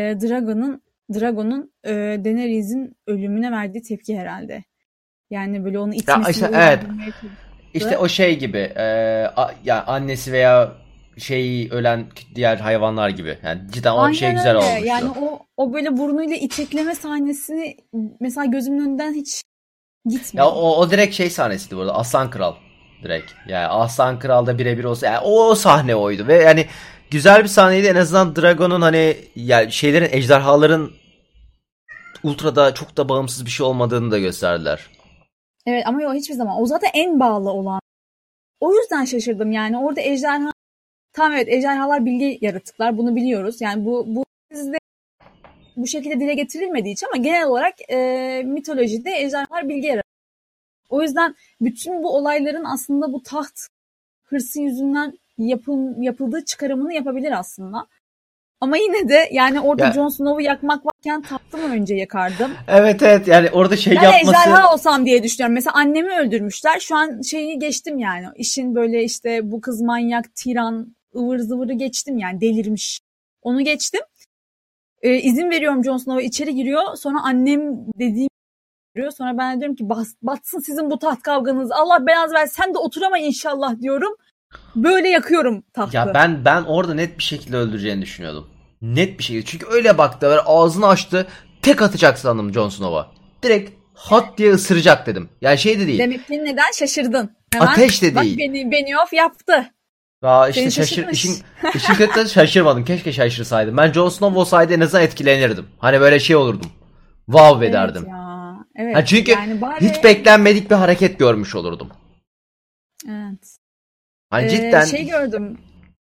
Dragon'un Daenerys'in ölümüne verdiği tepki herhalde. Yani böyle onu itmesi. Ya işte, evet. İşte o şey gibi ya annesi veya ölen diğer hayvanlar gibi. Yani cidden o şey güzel olmuştu. Yani o böyle burnuyla itekleme sahnesini mesela gözümün önünden hiç gitmiyor. Ya o direkt şey sahnesiydi burada. Aslan Kral direkt. Yani Aslan Kral'da birebir olsa yani o sahne oydu ve yani güzel bir sahneydi. En azından Dragon'un hani yani ejderhaların Ultra'da çok da bağımsız bir şey olmadığını da gösterdiler. Evet ama yok hiçbir zaman. O zaten en bağlı olan. O yüzden şaşırdım yani. Orada evet ejderhalar bilge yaratıklar. Bunu biliyoruz. Yani bu dizide bu şekilde dile getirilmediği için ama genel olarak mitolojide ejderhalar bilge yaratıklar. O yüzden bütün bu olayların aslında bu taht hırsı yüzünden yapıldığı çıkarımını yapabilir aslında. Ama yine de yani orada Ya, Jon Snow'u yakmak varken tahtımı önce yakardım. evet yani orada şey Ben yapması. ejderha olsam diye düşünüyorum. Mesela annemi öldürmüşler. Şu an şeyi geçtim yani. İşin böyle işte bu kız manyak, tiran, ıvır zıvırı geçtim yani. Delirmiş. Onu geçtim. İzin veriyorum Jon Snow'a, içeri giriyor. Sonra annem dediğim giriyor. Sonra ben diyorum ki batsın sizin bu taht kavganız. Allah belanızı versin. Sen de oturama inşallah diyorum. Böyle yakıyorum tahtı. Ya ben orada net bir şekilde öldüreceğini düşünüyordum. Net bir şekilde. Çünkü öyle baktı. Böyle ağzını açtı. Tek atacak sandım Jon Snow'a. Direkt hat diye ısıracak dedim. Yani şey de değil. Demek ki neden şaşırdın? Hemen, Ateş de bak değil. beni off yaptı. Aa işte Seni şaşırtmış. işin kötüsü şaşırmadım. Keşke şaşırsaydım. Ben Jon Snow olsaydı en azından etkilenirdim. Hani böyle şey olurdum. Wow ederdim. Evet ya. Evet. Ha çünkü yani bari... hiç beklenmedik bir hareket görmüş olurdum. Evet. Hani cidden Şey gördüm.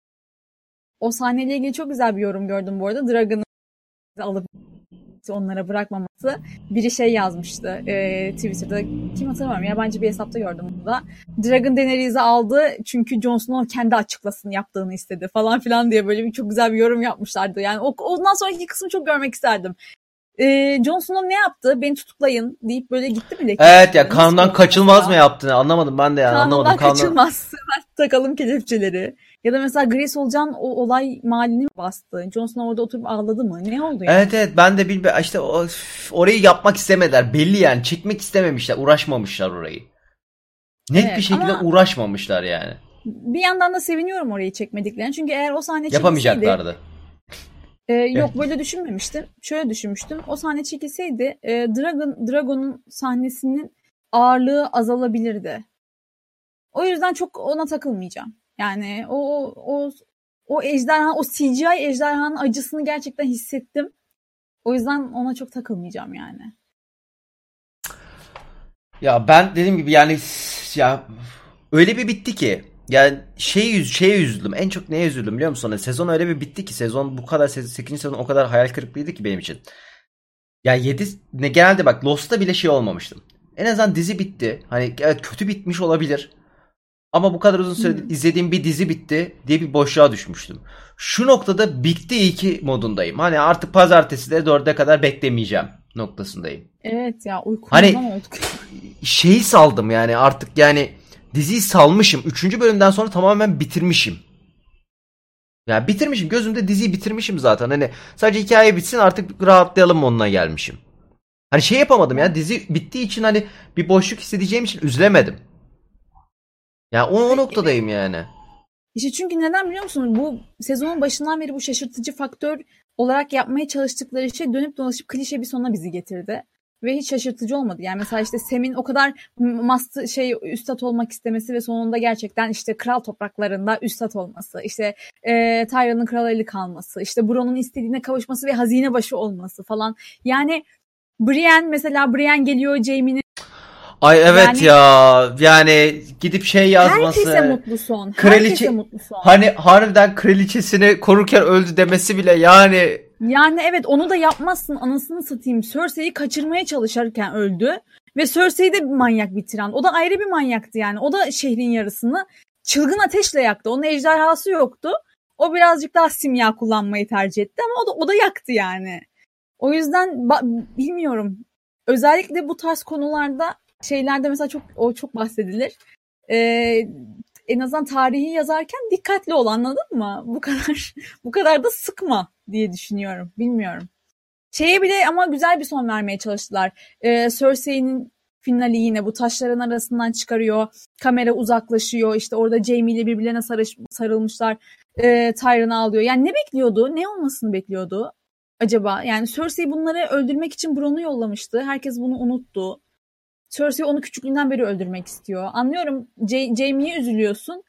O sahneyle ilgili çok güzel bir yorum gördüm bu arada. Dragon'ı alıp onlara bırakmaması. Biri şey yazmıştı Twitter'da. Kim hatırlamıyorum. Yabancı bir hesapta gördüm bunu da. Dragon Daenerys'i aldı çünkü Jon Snow kendi açıklasın yaptığını istedi falan filan diye böyle bir çok güzel bir yorum yapmışlardı. Yani ondan sonraki kısmı çok görmek isterdim. Jon Snow ne yaptı? Beni tutuklayın deyip böyle gitti bile. evet ya kanundan kaçılmaz mı yaptığını anlamadım ben de yani anlamadım. Kanundan kaçılmaz. Takalım kelepçeleri. Ya da mesela Grey Solucan o olay mahallini mi bastı? Jon Snow orada oturup ağladı mı? Ne oldu yani? Evet ben de işte orayı yapmak istemediler. Belli yani çekmek istememişler. Uğraşmamışlar orayı. Net Evet, bir şekilde uğraşmamışlar yani. Bir yandan da seviniyorum orayı çekmediklerini. Çünkü eğer o sahne çekilseydi... Yapamayacaklardı. Yok böyle düşünmemiştim. Şöyle düşünmüştüm. O sahne çekilseydi Dragon'un sahnesinin ağırlığı azalabilirdi. O yüzden çok ona takılmayacağım. Yani o ejderha, o CGI ejderhanın acısını gerçekten hissettim. O yüzden ona çok takılmayacağım yani. Ya ben dediğim gibi yani ya öyle bir bitti ki yani şeye üzüldüm. En çok neye üzüldüm biliyor musun? Sezon öyle bir bitti ki sezon bu kadar 8. sezon o kadar hayal kırıklığıydı ki benim için. Ya 7 genelde bak Lost'ta bile şey olmamıştım. En azından dizi bitti. Hani evet kötü bitmiş olabilir. Ama bu kadar uzun süredir izlediğim bir dizi bitti diye bir boşluğa düşmüştüm. Şu noktada bitti iyi ki modundayım. Hani artık pazartesi de 4'e kadar beklemeyeceğim noktasındayım. Evet ya uykumdan olduk. Şeyi saldım yani artık yani diziyi salmışım. 3. bölümden sonra tamamen bitirmişim. Yani bitirmişim. Gözümde diziyi bitirmişim zaten. Hani sadece hikaye bitsin artık rahatlayalım moduna gelmişim. Hani şey yapamadım ya dizi bittiği için hani bir boşluk hissedeceğim için üzülemedim. Ya o noktadayım yani. İşte çünkü neden biliyor musun? Bu sezonun başından beri bu şaşırtıcı faktör olarak yapmaya çalıştıkları şey dönüp dolaşıp klişe bir sona bizi getirdi. Ve hiç şaşırtıcı olmadı. Yani mesela işte Sam'in o kadar üstad olmak istemesi ve sonunda gerçekten işte kral topraklarında üstad olması, işte Tyrion'un kral eli kalması, işte Bron'un istediğine kavuşması ve hazine başı olması falan. Yani Brienne geliyor Jaime'nin. Ay evet yani gidip şey yazması. Herkese mutlu son. Herkese mutlu son. Hani harbiden kraliçesini korurken öldü demesi bile yani. Yani evet onu da yapmazsın anasını satayım. Cersei'yi kaçırmaya çalışırken öldü. Ve Cersei'yi de manyak bitiren. O da ayrı bir manyaktı yani. O da şehrin yarısını çılgın ateşle yaktı. Onun ejderhası yoktu. O birazcık daha simya kullanmayı tercih etti ama o da yaktı yani. O yüzden bilmiyorum. Özellikle bu tarz konularda şeylerde mesela çok bahsedilir. En azından tarihi yazarken dikkatli ol anladın mı? Bu kadar da sıkma diye düşünüyorum. Bilmiyorum. Şeye bile ama güzel bir son vermeye çalıştılar. Cersei'nin finali yine bu taşların arasından çıkarıyor. Kamera uzaklaşıyor. İşte orada Jaime ile birbirlerine sarılmışlar. Tyrion'u alıyor. Yani ne bekliyordu? Ne olmasını bekliyordu acaba? Yani Cersei bunları öldürmek için Bron'u yollamıştı. Herkes bunu unuttu. Cersei onu küçüklüğünden beri öldürmek istiyor. Anlıyorum Jaime'ye üzülüyorsun.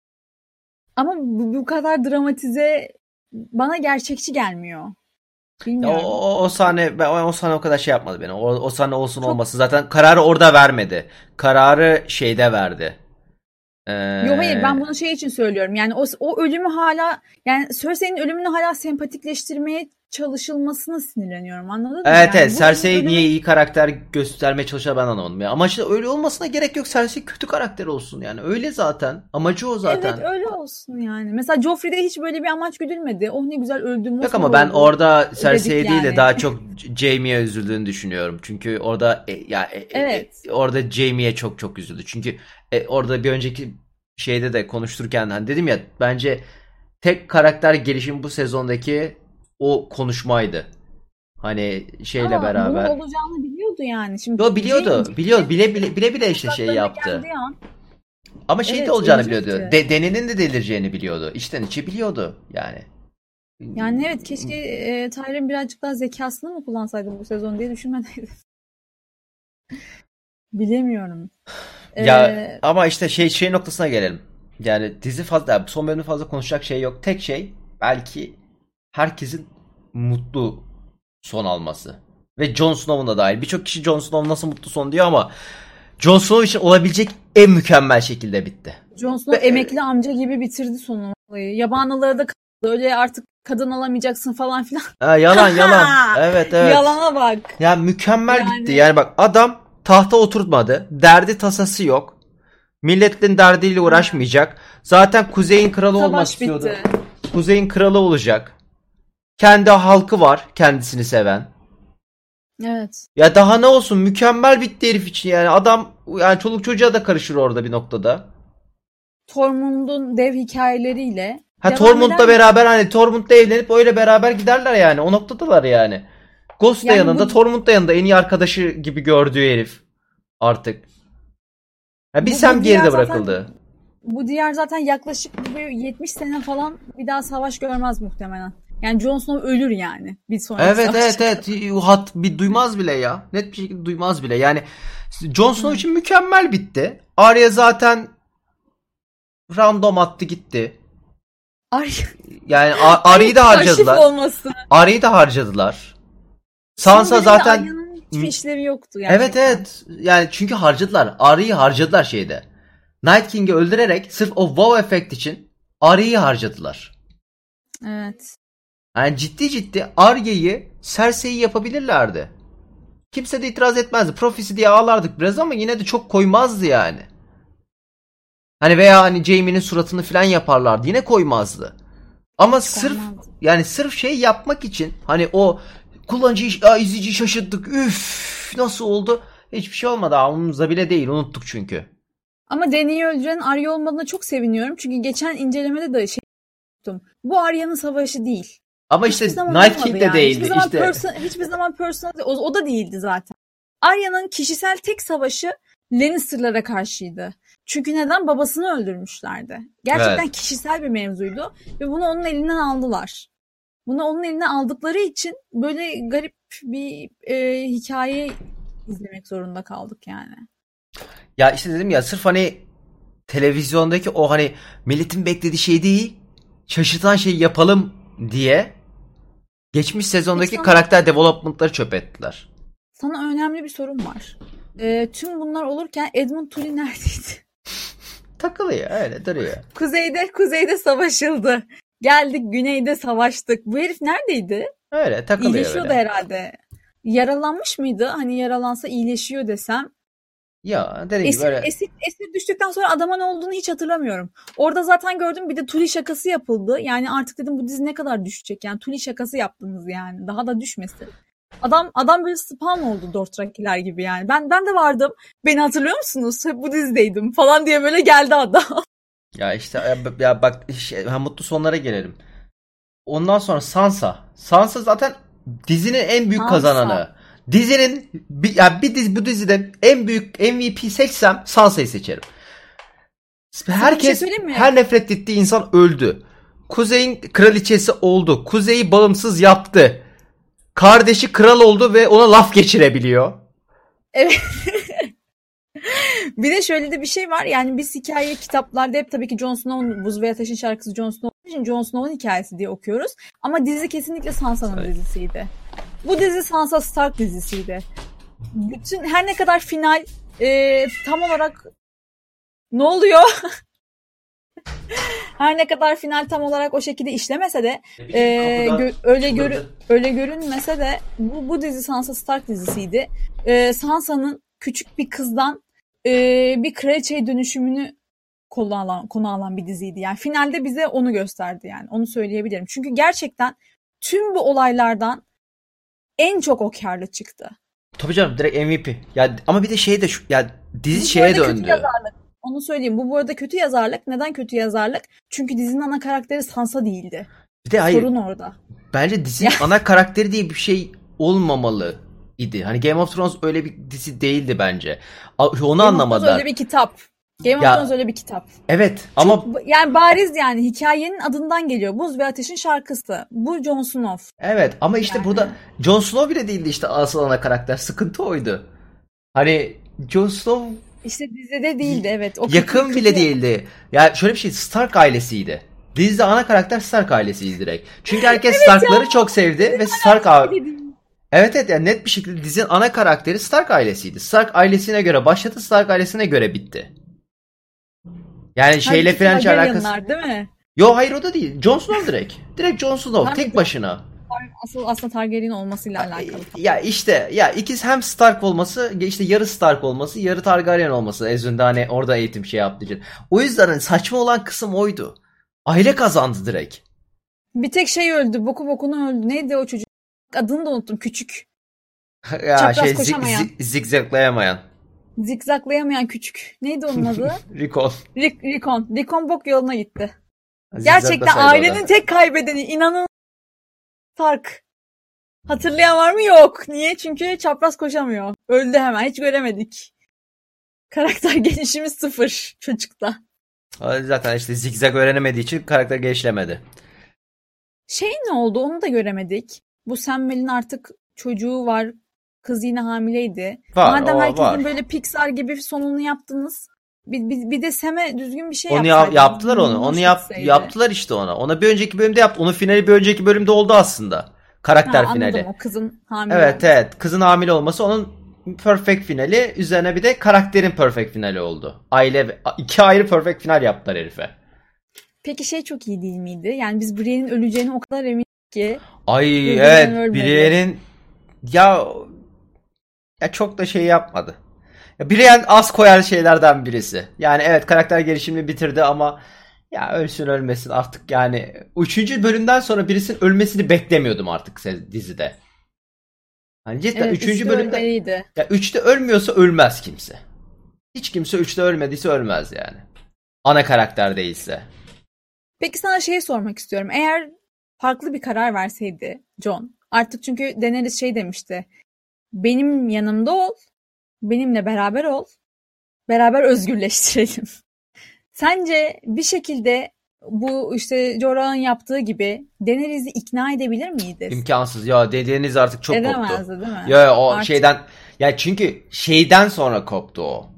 Ama bu kadar dramatize bana gerçekçi gelmiyor. Bilmiyorum. O sahne o sahne o kadar şey yapmadı beni. O sahne olsun olmasın. Zaten kararı orada vermedi. Kararı şeyde verdi. Yok hayır ben bunu şey için söylüyorum. Yani o ölümü hala yani Cersei'nin ölümünü hala sempatikleştirmeye çalışılmasına sinirleniyorum, anladın mı? Evet Yani evet, Cersei bölümün niye iyi karakter göstermeye çalışıyor ben anlamadım ya. Amaçlı öyle olmasına gerek yok. Cersei kötü karakter olsun yani. Öyle zaten. Amacı o zaten. evet öyle olsun yani. Mesela Joffrey'de hiç böyle bir amaç güdülmedi. Oh ne güzel öldü. Yok Mosmor ama ben oldu orada Cersei'ye dedik değil de yani. daha çok Jaime'ye üzüldüğünü düşünüyorum. Çünkü orada Evet. orada Jaime'ye çok çok üzüldü. Çünkü orada bir önceki şeyde de konuşturken hani dedim ya, bence tek karakter gelişimi bu sezondaki o konuşmaydı. Hani şeyle Ama bunun beraber. olacağını biliyordu yani. Şimdi Yo biliyordu. Biliyor, bile işte şey uzaklarına yaptı. geldiği an Ama şey de evet olacağını biliyordu. ölecekti. Deni'nin de delireceğini biliyordu. İçten içe biliyordu yani. Yani evet keşke Tyrion birazcık daha zekasını mı kullansaydı bu sezon diye düşünmedeydim. Bilemiyorum. Ya E, ama işte şey noktasına gelelim. Yani dizi fazla, son bölümde fazla konuşacak şey yok. Tek şey belki herkesin mutlu son alması. Ve Jon Snow'un da dahil. Birçok kişi Jon Snow nasıl mutlu son diyor ama Jon Snow için olabilecek en mükemmel şekilde bitti. Jon Snow emekli amca gibi bitirdi sonu olayı. Yabanalara da kaldı. Öyle artık kadın alamayacaksın falan filan. Yalan. Evet. Yalana bak. Ya mükemmel bitti. Yani Yani bak, adam tahta oturtmadı. Derdi tasası yok. Milletin derdiyle uğraşmayacak. Zaten Kuzey'in kralı olmak savaş istiyordu. bitti. Kuzey'in kralı olacak. Kendi halkı var, kendisini seven. Evet. Ya daha ne olsun, mükemmel bitti herif için yani. Adam yani çoluk çocuğa da karışır orada bir noktada. Tormund'un dev hikayeleriyle Ha, devam eder Tormund'la mi? beraber, hani Tormund'la evlenip öyle beraber giderler yani. O noktadalar yani. Ghost da Yani yanında, Tormund da yanında, en iyi arkadaşı gibi gördüğü herif artık. Ya bir Sam geride bırakıldı. Bu diyar zaten yaklaşık bir 70 sene falan bir daha savaş görmez muhtemelen. Yani Jon Snow ölür yani bir sonraki savaşta. Evet. Hat bir duymaz bile ya. Net bir şekilde duymaz bile. Yani Jon Snow için mükemmel bitti. Arya zaten random attı gitti. Yani Arya'yı da harcadılar. olması. Arya'yı da harcadılar. Son Sansa bölümde zaten Arya'nın hiçbir işlevi yoktu gerçekten. evet. Yani çünkü harcadılar. Arya'yı harcadılar şeyde. Night King'i öldürerek sırf o wow efekt için Arya'yı harcadılar. Evet. Yani ciddi Arya'yı Cersei'yi yapabilirlerdi. Kimse de itiraz etmezdi. Profisi diye ağlardık biraz ama yine de çok koymazdı yani. Hani veya hani Jaime'nin suratını falan yaparlardı. Yine koymazdı. Ama sırf şey yapmak için, hani o izleyiciyi şaşırttık. Üf, nasıl oldu? Hiçbir şey olmadı. Aklımızda bile değil. Unuttuk çünkü. Ama Dany'yi öldüren Arya olmadığına çok seviniyorum. Çünkü geçen incelemede de şey yaptım. Bu Arya'nın savaşı değil. Ama işte Night King de değildi. Hiçbir zaman personal o da değildi zaten. Arya'nın kişisel tek savaşı Lannister'lara karşıydı. Çünkü neden? Babasını öldürmüşlerdi. Gerçekten kişisel bir mevzuydu. Ve bunu onun elinden aldılar. Bunu onun elinden aldıkları için böyle garip bir hikaye izlemek zorunda kaldık yani. Ya işte dedim ya, sırf hani televizyondaki o hani milletin beklediği şey değil, şaşırtan şeyi yapalım diye geçmiş sezondaki karakter development'ları çöp ettiler. Sana önemli bir sorum var. Tüm bunlar olurken Edmund Tully neredeydi? Takılıyor, öyle duruyor. Kuzeyde savaşıldı. Geldik güneyde savaştık. Bu herif neredeydi? Öyle takılıyor. İyileşiyordu herhalde. Yaralanmış mıydı? Hani yaralansa iyileşiyor desem. Ya dediğim gibi böyle. Esir düştükten sonra adama ne olduğunu hiç hatırlamıyorum. Orada zaten gördüm, bir de Tully şakası yapıldı. Yani artık dedim bu dizi ne kadar düşecek? Yani Tully şakası yaptınız yani. Daha da düşmesin. Adam böyle spawn oldu Dothrakiler gibi yani. Ben de vardım. Beni hatırlıyor musunuz? Hep bu dizideydim falan diye böyle geldi adam. Ya işte ya bak, mutlu sonlara gelelim. Ondan sonra Sansa zaten dizinin en büyük kazananı. Dizinin bu dizide en büyük MVP seçsem Sansa'yı seçerim. Herkes, her nefret ettiği insan öldü. Kuzey'in kraliçesi oldu. Kuzey'i bağımsız yaptı. Kardeşi kral oldu ve ona laf geçirebiliyor. Evet. Bir de şöyle de bir şey var. Yani biz hikaye kitaplarda hep tabii ki Jon Snow'un, Buz ve Ateş'in şarkısı Jon Snow için Jon Snow'un hikayesi diye okuyoruz. Ama dizi kesinlikle Sansa'nın dizisiydi. Bu dizi Sansa Stark dizisiydi. Bütün her ne kadar final tam olarak ne oluyor? Her ne kadar final tam olarak o şekilde işlemese de öyle görünmese de bu dizi Sansa Stark dizisiydi. Sansa'nın küçük bir kızdan bir kraliçeye dönüşümünü konu alan bir diziydi. Yani finalde bize onu gösterdi yani. Onu söyleyebilirim. Çünkü gerçekten tüm bu olaylardan en çok o kârlı çıktı. Tabii canım, direkt MVP. Ya ama bir de şey de ya dizi Bu şeye arada kötü döndü. yazarlık. Onu söyleyeyim. Bu arada kötü yazarlık. Neden kötü yazarlık? Çünkü dizinin ana karakteri Sansa değildi. Bir de hayır. Sorun orada. Bence dizinin ana karakteri diye bir şey olmamalı idi. Hani Game of Thrones öyle bir dizi değildi bence. Onu Game of anlamadılar. Thrones öyle bir kitap. Game of Thrones öyle bir kitap. Evet ama yani bariz yani hikayenin adından geliyor. Buz ve Ateş'in şarkısı. Bu Jon Snow. evet ama işte burada Jon Snow bile değildi işte asıl ana karakter. Sıkıntı oydu. Hani Jon Snow işte dizide değildi evet. O yakın bile değildi. Yani şöyle bir şey, Stark ailesiydi. Dizide ana karakter Stark ailesiydi direkt. Çünkü herkes evet Stark'ları çok sevdi ve Stark evet yani net bir şekilde dizinin ana karakteri Stark ailesiydi. Stark ailesine göre başladı, Stark ailesine göre bitti. Yani şeyle falan hiç alakası. Değil mi? Yo hayır o da değil. Jon Snow direkt. Direkt Jon Snow tek başına. Aslında Targaryen olmasıyla alakalı. Ya işte ya ikisi hem Stark olması, işte yarı Stark olması, yarı Targaryen olması. Ezünde hani orada eğitim şey yaptığı için. O yüzden hani saçma olan kısım oydu. Aile kazandı direkt. Bir tek şey öldü. Boku bokuna öldü. Neydi o çocuk? Adını da unuttum. Küçük. Ya çapraz koşamayan. Zigzaglayamayan. Zigzaglayamayan küçük. Neydi onun adı? Rickon. Rickon bok yoluna gitti. Gerçekten ailenin tek kaybedeni. İnanın Stark. Hatırlayan var mı? Yok. Niye? Çünkü çapraz koşamıyor. Öldü hemen. Hiç göremedik. Karakter gelişimi 0 çocukta. Zaten işte zigzag öğrenemediği için karakter gelişlemedi. Şey ne oldu? Onu da göremedik. Bu Samuel'in artık çocuğu var. Kız yine hamileydi. Madem herkesin böyle Pixar gibi sonunu yaptınız. Bir de Sam'e düzgün bir şey yapsaydınız. Yaptılar onu. Onu yaptılar işte ona. Ona bir önceki bölümde yaptı. Onun finali bir önceki bölümde oldu aslında. Karakter finali. O kızın hamile Evet. Kızın hamile olması onun perfect finali. Üzerine bir de karakterin perfect finali oldu. İki ayrı perfect final yaptılar herife. Peki şey çok iyi değil miydi? Yani biz Brienne'in öleceğini o kadar emindik ki. Ay evet. Brienne'in ya çok da şey yapmadı. Brienne az koyar şeylerden birisi. Yani evet karakter gelişimini bitirdi ama ya ölsün ölmesin artık yani. 3. bölümden sonra birisinin ölmesini beklemiyordum artık dizide. Hani cidden 3. bölümde öyleydi. Ya 3'te ölmüyorsa ölmez kimse. Hiç kimse 3'te ölmediyse ölmez yani. Ana karakter değilse. Peki sana şey sormak istiyorum. Eğer farklı bir karar verseydi Jon, artık çünkü Daenerys şey demişti. Benim yanımda ol. Benimle beraber ol. Beraber özgürleştirelim. Sence bir şekilde bu işte Jorah'ın yaptığı gibi Daenerys'i ikna edebilir miydi? İmkansız. Ya Daenerys artık çok koptu. Edemezdi değil mi? Ya o artık şeyden ya çünkü şeyden sonra koptu o.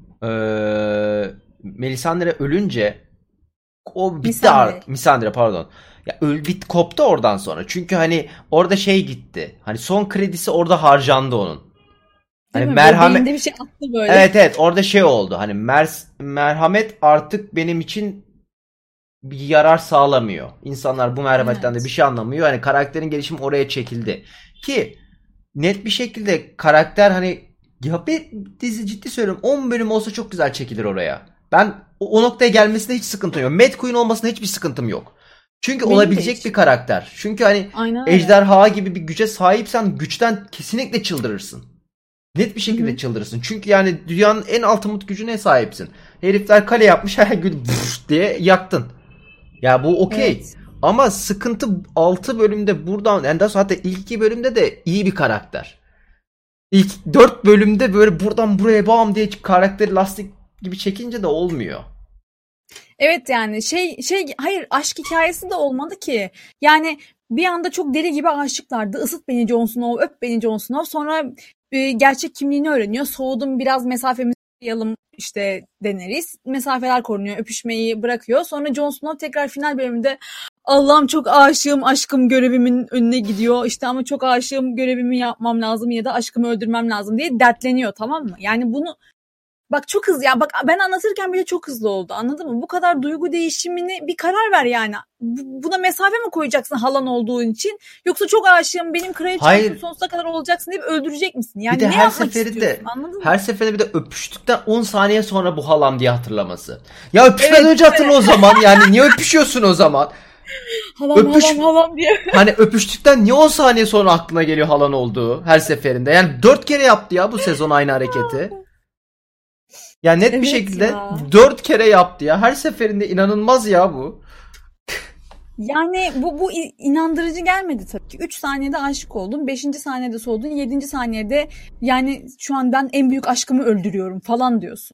Melisandre ölünce o bitti artık. Missandei pardon. Ya koptu oradan sonra. Çünkü hani orada şey gitti. Hani son kredisi orada harcandı onun. Hani merhamet bir şey attı böyle. Evet orada şey oldu. Hani merhamet artık benim için bir yarar sağlamıyor. İnsanlar bu merhametten de bir şey anlamıyor. Hani karakterin gelişimi oraya çekildi. Ki net bir şekilde karakter hani ya bir dizi ciddi söylüyorum 10 bölüm olsa çok güzel çekilir oraya. Ben o noktaya gelmesine hiç sıkıntım yok. Mad Queen olmasına hiçbir sıkıntım yok. Çünkü benim olabilecek bir karakter. Çünkü hani ejderha gibi bir güce sahipsen güçten kesinlikle çıldırırsın. Net bir şekilde çıldırırsın. Çünkü yani dünyanın en ultimate gücüne sahipsin. Herifler kale yapmış her gün diye yaktın. Ya bu okey. Evet. Ama sıkıntı 6 bölümde buradan yani daha sonra hatta ilk 2 bölümde de iyi bir karakter. İlk 4 bölümde böyle buradan buraya bam diye karakteri lastik gibi çekince de olmuyor. Evet yani hayır aşk hikayesi de olmadı ki. Yani bir anda çok deli gibi aşıklardı. Isıt beni Jon Snow, öp beni Jon Snow. Sonra gerçek kimliğini öğreniyor. Soğudum biraz mesafemizi koyalım işte Daenerys. Mesafeler korunuyor. Öpüşmeyi bırakıyor. Sonra Jon Snow tekrar final bölümünde Allah'ım çok aşığım, aşkım görevimin önüne gidiyor. İşte ama çok aşığım, görevimi yapmam lazım ya da aşkımı öldürmem lazım diye dertleniyor, tamam mı? Yani bunu Bak çok hızlı ya, bak ben anlatırken bile çok hızlı oldu, anladın mı? Bu kadar duygu değişimini bir karar ver yani. Buna mesafe mi koyacaksın halan olduğun için? Yoksa çok aşığım, benim kraliçemsin, sonsuza kadar olacaksın deyip öldürecek misin? Yani bir de ne yapmak istiyorsun, anladın mı? her seferinde bir de öpüştükten 10 saniye sonra bu halam diye hatırlaması. Ya öpüşmeden önce hatırla o zaman, yani niye öpüşüyorsun o zaman? Halam diye. Hani öpüştükten niye 10 saniye sonra aklına geliyor halan olduğu her seferinde? Yani 4 kere yaptı ya bu sezon aynı hareketi. Yani net bir şekilde ya. 4 kere yaptı ya. Her seferinde inanılmaz ya bu. Yani bu inandırıcı gelmedi tabii ki. 3 saniyede aşık oldun, 5. saniyede soğudun, 7. saniyede yani şu an ben en büyük aşkımı öldürüyorum falan diyorsun.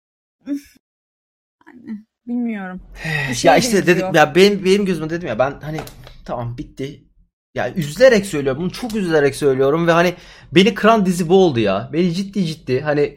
Yani bilmiyorum. Ya işte dedim ya, benim gözümde dedim ya, ben hani tamam bitti. Ya üzülerek söylüyorum. Bunu çok üzülerek söylüyorum ve hani beni kıran dizi bu oldu ya. Beni ciddi hani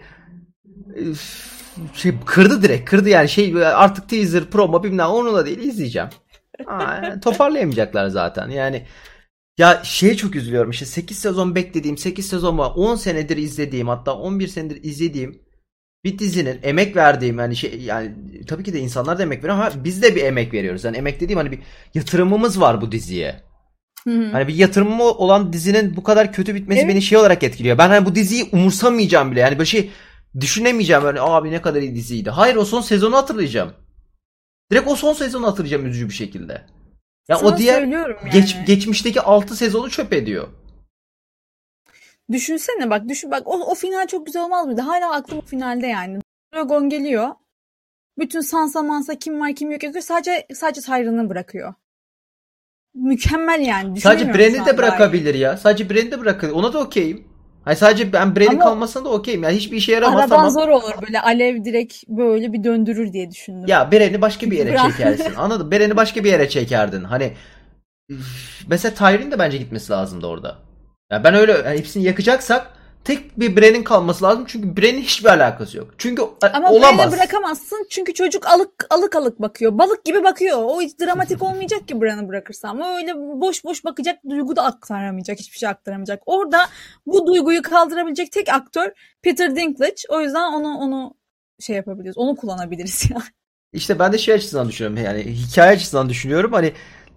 kırdı, direkt kırdı yani, artık teaser, promo bilmem onunla değil, izleyeceğim. Toparlayamayacaklar zaten. Yani ya çok üzülüyorum işte, 8 sezon beklediğim, 8 sezon mu 10 senedir izlediğim, hatta 11 senedir izlediğim bir dizinin emek verdiğim, yani tabii ki de insanlar da emek veriyor ama biz de bir emek veriyoruz. Yani emek dediğim hani bir yatırımımız var bu diziye. Hani bir yatırımı olan dizinin bu kadar kötü bitmesi beni olarak etkiliyor. Ben hani bu diziyi umursamayacağım bile. Yani böyle düşünemeyeceğim, böyle abi ne kadar iyi diziydi. Hayır, o son sezonu hatırlayacağım. Direkt o son sezonu hatırlayacağım üzücü bir şekilde. Ya o diğer yani. Geçmişteki 6 sezonu çöp ediyor. Düşünsene bak, o final çok güzel olmaz mıydı? Hala aklım o finalde yani. Dragon geliyor. Bütün Sansa Mansa kim var kim yok yapıyor. Sadece Tyrion'u bırakıyor. Mükemmel yani. Sadece Bran'i de bırakabilir ya. Sadece Bran'i de bırakabilir. Ona da okeyim. Hani sadece ben Bran'in kalmasına da okeyim. Yani hiçbir işe yaramaz ama. Araban zor olur böyle. Alev direkt böyle bir döndürür diye düşündüm. Ya Bran'i başka bir yere çekersin. Anladın mı? Bran'i başka bir yere çekerdin. Hani mesela Tyrion'un de bence gitmesi lazımdı orada. Yani ben öyle, yani hepsini yakacaksak tek bir Bran'in kalması lazım. Çünkü Bran'in hiçbir alakası yok. Çünkü ama olamaz. Bran'i bırakamazsın. Çünkü çocuk alık bakıyor. Balık gibi bakıyor. O hiç dramatik olmayacak ki Bran'ı bırakırsam. Öyle boş bakacak, duygu da aktaramayacak. Hiçbir şey aktaramayacak. Orada bu duyguyu kaldırabilecek tek aktör Peter Dinklage. O yüzden onu yapabiliriz. Onu kullanabiliriz ya. İşte ben de açısından düşünüyorum. Yani hikaye açısından düşünüyorum. Hani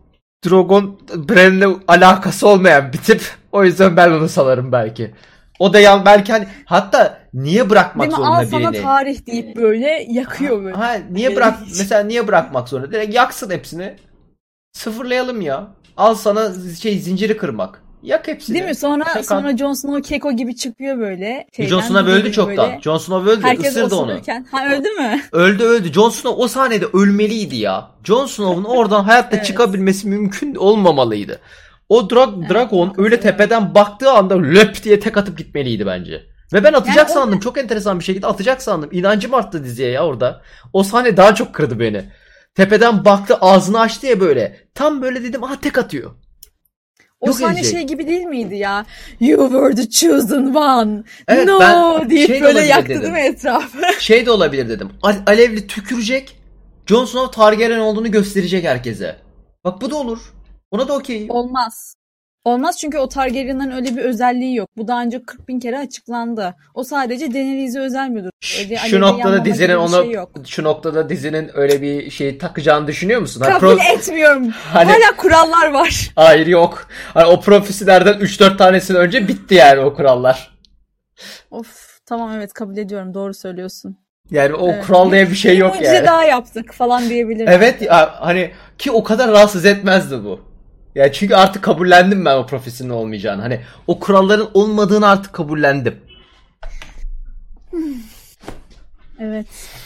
Drogon Bran'le alakası olmayan bir tip. O yüzden ben onu salarım belki. O da belki hani, hatta niye bırakmak zorunda birini? Al sana tarih deyip böyle yakıyor böyle. Niye bırakmak zorunda? Direkt yaksın hepsini. Sıfırlayalım ya. Al sana zinciri kırmak. Yak hepsini. Değil mi? Sonra Jon Snow keko gibi çıkıyor böyle. Jon Snow öldü çoktan. Jon Snow öldü. Herkes ısırdı onu. Öldü mü? Öldü. Jon Snow o sahnede ölmeliydi ya. Jon Snow'un oradan hayatta çıkabilmesi mümkün olmamalıydı. O Dragon öyle tepeden baktığı anda löp diye tek atıp gitmeliydi bence. Ve ben atacak sandım. Çok enteresan bir şekilde atacak sandım. İnancım arttı diziye ya orada. O sahne daha çok kırdı beni. Tepeden baktı, ağzını açtı ya böyle. Tam böyle dedim, tek atıyor. O sahne gibi değil miydi ya? You were the chosen one. Evet, no deyip böyle yaktı dedim. Değil mi etrafı? De olabilir dedim. Alevli tükürecek. Jon Snow Targaryen olduğunu gösterecek herkese. Bak bu da olur. Ona da okey. Olmaz çünkü o Targaryen'ların öyle bir özelliği yok. Bu daha önce 40.000 kere açıklandı. O sadece Daenerys'e özel bir durum. Şu noktada dizinin öyle bir şey takacağını düşünüyor musun? Kabul etmiyorum. Hala kurallar var. Hayır, yok. Hani o profesilerden 3-4 tanesini önce bitti yani o kurallar. Of, tamam, evet, kabul ediyorum. Doğru söylüyorsun. Yani o kural diye bir şey yok yani. Mucize daha yaptık falan diyebilirim. Evet ya, hani ki o kadar rahatsız etmezdi bu. Ya çünkü artık kabullendim ben o profesinin olmayacağını. Hani o kuralların olmadığını artık kabullendim. Evet.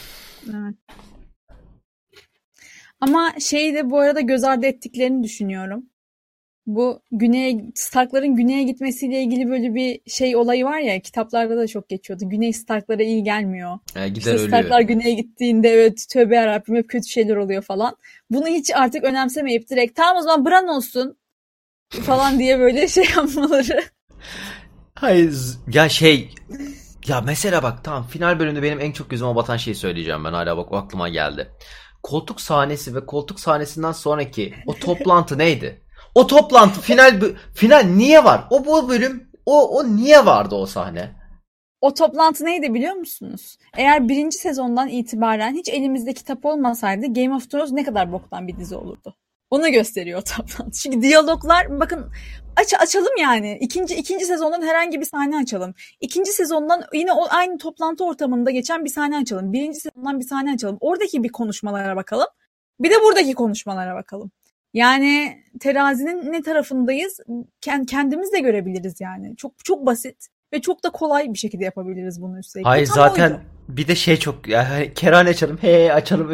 Ama de bu arada göz ardı ettiklerini düşünüyorum. Bu Stark'ların güneye gitmesiyle ilgili böyle bir olayı var ya, kitaplarda da çok geçiyordu. Güney Stark'lara iyi gelmiyor. İşte Stark'lar güneye gittiğinde evet, tövbe yarabbim hep kötü şeyler oluyor falan. Bunu hiç artık önemsemeyip direkt tamam o zaman Bran olsun falan diye böyle yapmaları. Hayır ya ya mesela bak, tamam, final bölümünde benim en çok gözüme batan şeyi söyleyeceğim ben, hala bak o aklıma geldi. Koltuk sahnesi ve koltuk sahnesinden sonraki o toplantı neydi? O toplantı final niye var? Bu bölüm o niye vardı o sahne? O toplantı neydi biliyor musunuz? Eğer 1. sezondan itibaren hiç elimizde kitap olmasaydı Game of Thrones ne kadar boktan bir dizi olurdu. Onu gösteriyor o toplantı. Çünkü diyaloglar bakın açalım yani. İkinci sezondan herhangi bir sahne açalım. 2. sezondan yine o aynı toplantı ortamında geçen bir sahne açalım. 1. sezondan bir sahne açalım. Oradaki bir konuşmalara bakalım. Bir de buradaki konuşmalara bakalım. Yani terazinin ne tarafındayız kendimiz de görebiliriz yani. Çok çok basit ve çok da kolay bir şekilde yapabiliriz bunu üstelik. Hayır zaten oydu. Bir de şey çok yani kerane açalım. Açalım.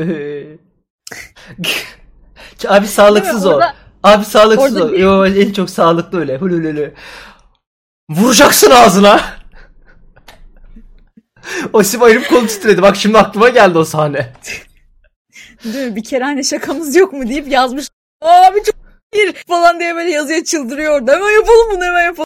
Abi sağlıksız o. Abi sağlıksız o. Yo, en çok sağlıklı öyle. Hülülülü. Vuracaksın ağzına. O Simay'ın kolu titredi. Bak şimdi aklıma geldi o sahne. Değil mi? Bir kerane şakamız yok mu deyip yazmış. Abi çok iyi falan diye böyle yazıya çıldırıyor orada. Hemen yapalım bunu, hemen yapalım.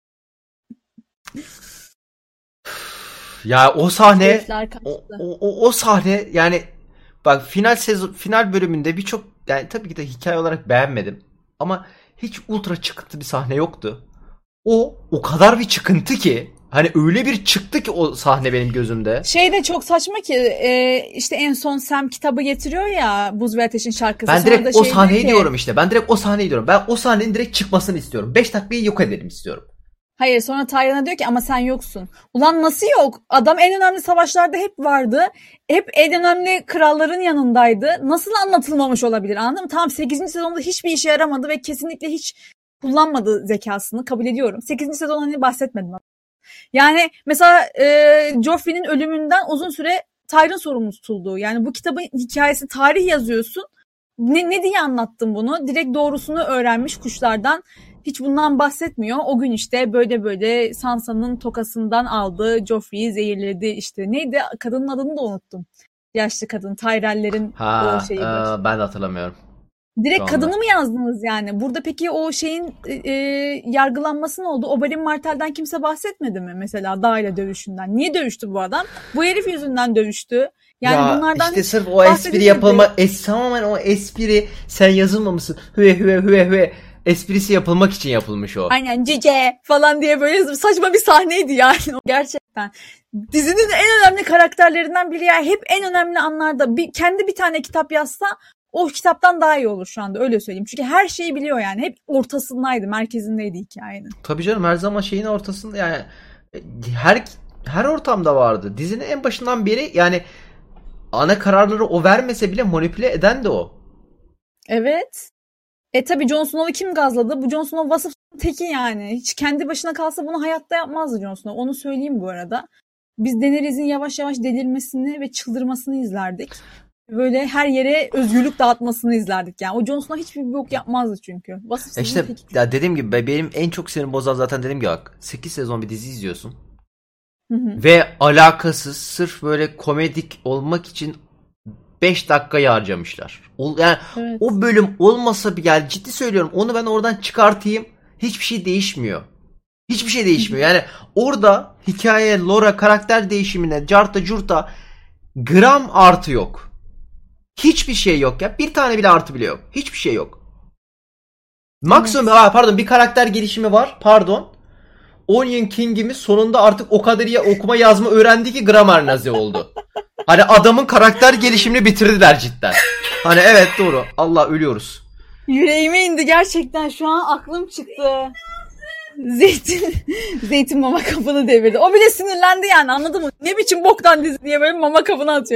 Ya o sahne o sahne yani bak final bölümünde birçok yani tabii ki de hikaye olarak beğenmedim ama hiç ultra çıkıntı bir sahne yoktu. O kadar bir çıkıntı ki hani öyle bir çıktı ki o sahne benim gözümde. Şey de çok saçma ki işte en son Sam kitabı getiriyor ya Buz ve Ateş'in şarkısı. Ben direkt o sahneyi diyorum işte. Ben direkt o sahneyi diyorum. Ben o sahnenin direkt çıkmasını istiyorum. 5 dakikayı yok edelim istiyorum. Hayır sonra Tyrion'a diyor ki ama sen yoksun. Ulan nasıl yok? Adam en önemli savaşlarda hep vardı. Hep en önemli kralların yanındaydı. Nasıl anlatılmamış olabilir anladın mı? Tamam 8. sezonda hiçbir işe yaramadı ve kesinlikle hiç kullanmadı zekasını kabul ediyorum. 8. sezon hani bahsetmedim. Yani mesela Joffrey'nin ölümünden uzun süre Tyrion sorumlu tutuldu. Yani bu kitabın hikayesi tarih yazıyorsun. Ne diye anlattın bunu? Direkt doğrusunu öğrenmiş kuşlardan. Hiç bundan bahsetmiyor. O gün işte böyle Sansa'nın tokasından aldı. Joffrey'i zehirledi işte. Neydi? Kadının adını da unuttum. Yaşlı kadın. Tyrell'lerin o şeyi var. Ben de hatırlamıyorum. Direkt kadını mı yazdınız yani? Burada peki o şeyin yargılanması ne oldu? Oberyn Martell'den kimse bahsetmedi mi mesela Dağ ile dövüşünden? Niye dövüştü bu adam? Bu herif yüzünden dövüştü. Yani ya bunlardan işte sırf o espri yapılma tamamen o espri sen yazılmamışsın. Hüve esprisi yapılmak için yapılmış o. Aynen cice falan diye böyle saçma bir sahneydi yani. Gerçekten. Dizinin en önemli karakterlerinden biri yani hep en önemli anlarda kendi bir tane kitap yazsa o kitaptan daha iyi olur şu anda öyle söyleyeyim. Çünkü her şeyi biliyor yani. Hep ortasındaydı, merkezindeydi hikayenin. Tabii canım her zaman şeyin ortasında yani her ortamda vardı. Dizinin en başından beri yani ana kararları o vermese bile manipüle eden de o. Evet. Tabii Jon Snow'u kim gazladı? Bu Jon Snow vasıfsızın teki yani. Hiç kendi başına kalsa bunu hayatta yapmazdı Jon Snow. Onu söyleyeyim bu arada. Biz Daenerys'in yavaş yavaş delirmesini ve çıldırmasını izlerdik. Böyle her yere özgürlük dağıtmasını izlerdik yani. O Jon Snow hiçbir bok yapmazdı çünkü. Vasıfsızın işte teki. ya dediğim gibi benim en çok sinir bozan zaten dediğim gibi bak 8 sezon bir dizi izliyorsun. Hı. Ve alakasız sırf böyle komedik olmak için 5 dakikayı harcamışlar. Yani evet. O bölüm olmasa bir yani ciddi söylüyorum onu ben oradan çıkartayım hiçbir şey değişmiyor. Hiçbir şey değişmiyor. Yani orada hikaye, lore, karakter değişimine, carta curta gram artı yok. Hiçbir şey yok ya. Bir tane bile artı bile yok. Hiçbir şey yok. Maksimum pardon bir karakter gelişimi var. Pardon. Onion King'imiz sonunda artık o kadar iyi okuma yazma öğrendi ki grammar nazi oldu. Hani adamın karakter gelişimini bitirdiler cidden. Hani evet doğru. Allah ölüyoruz. Yüreğime indi gerçekten şu an aklım çıktı. Zeytin mama kabını devirdi. O bile sinirlendi yani anladın mı? Ne biçim boktan dizi diye böyle mama kabını atıyor.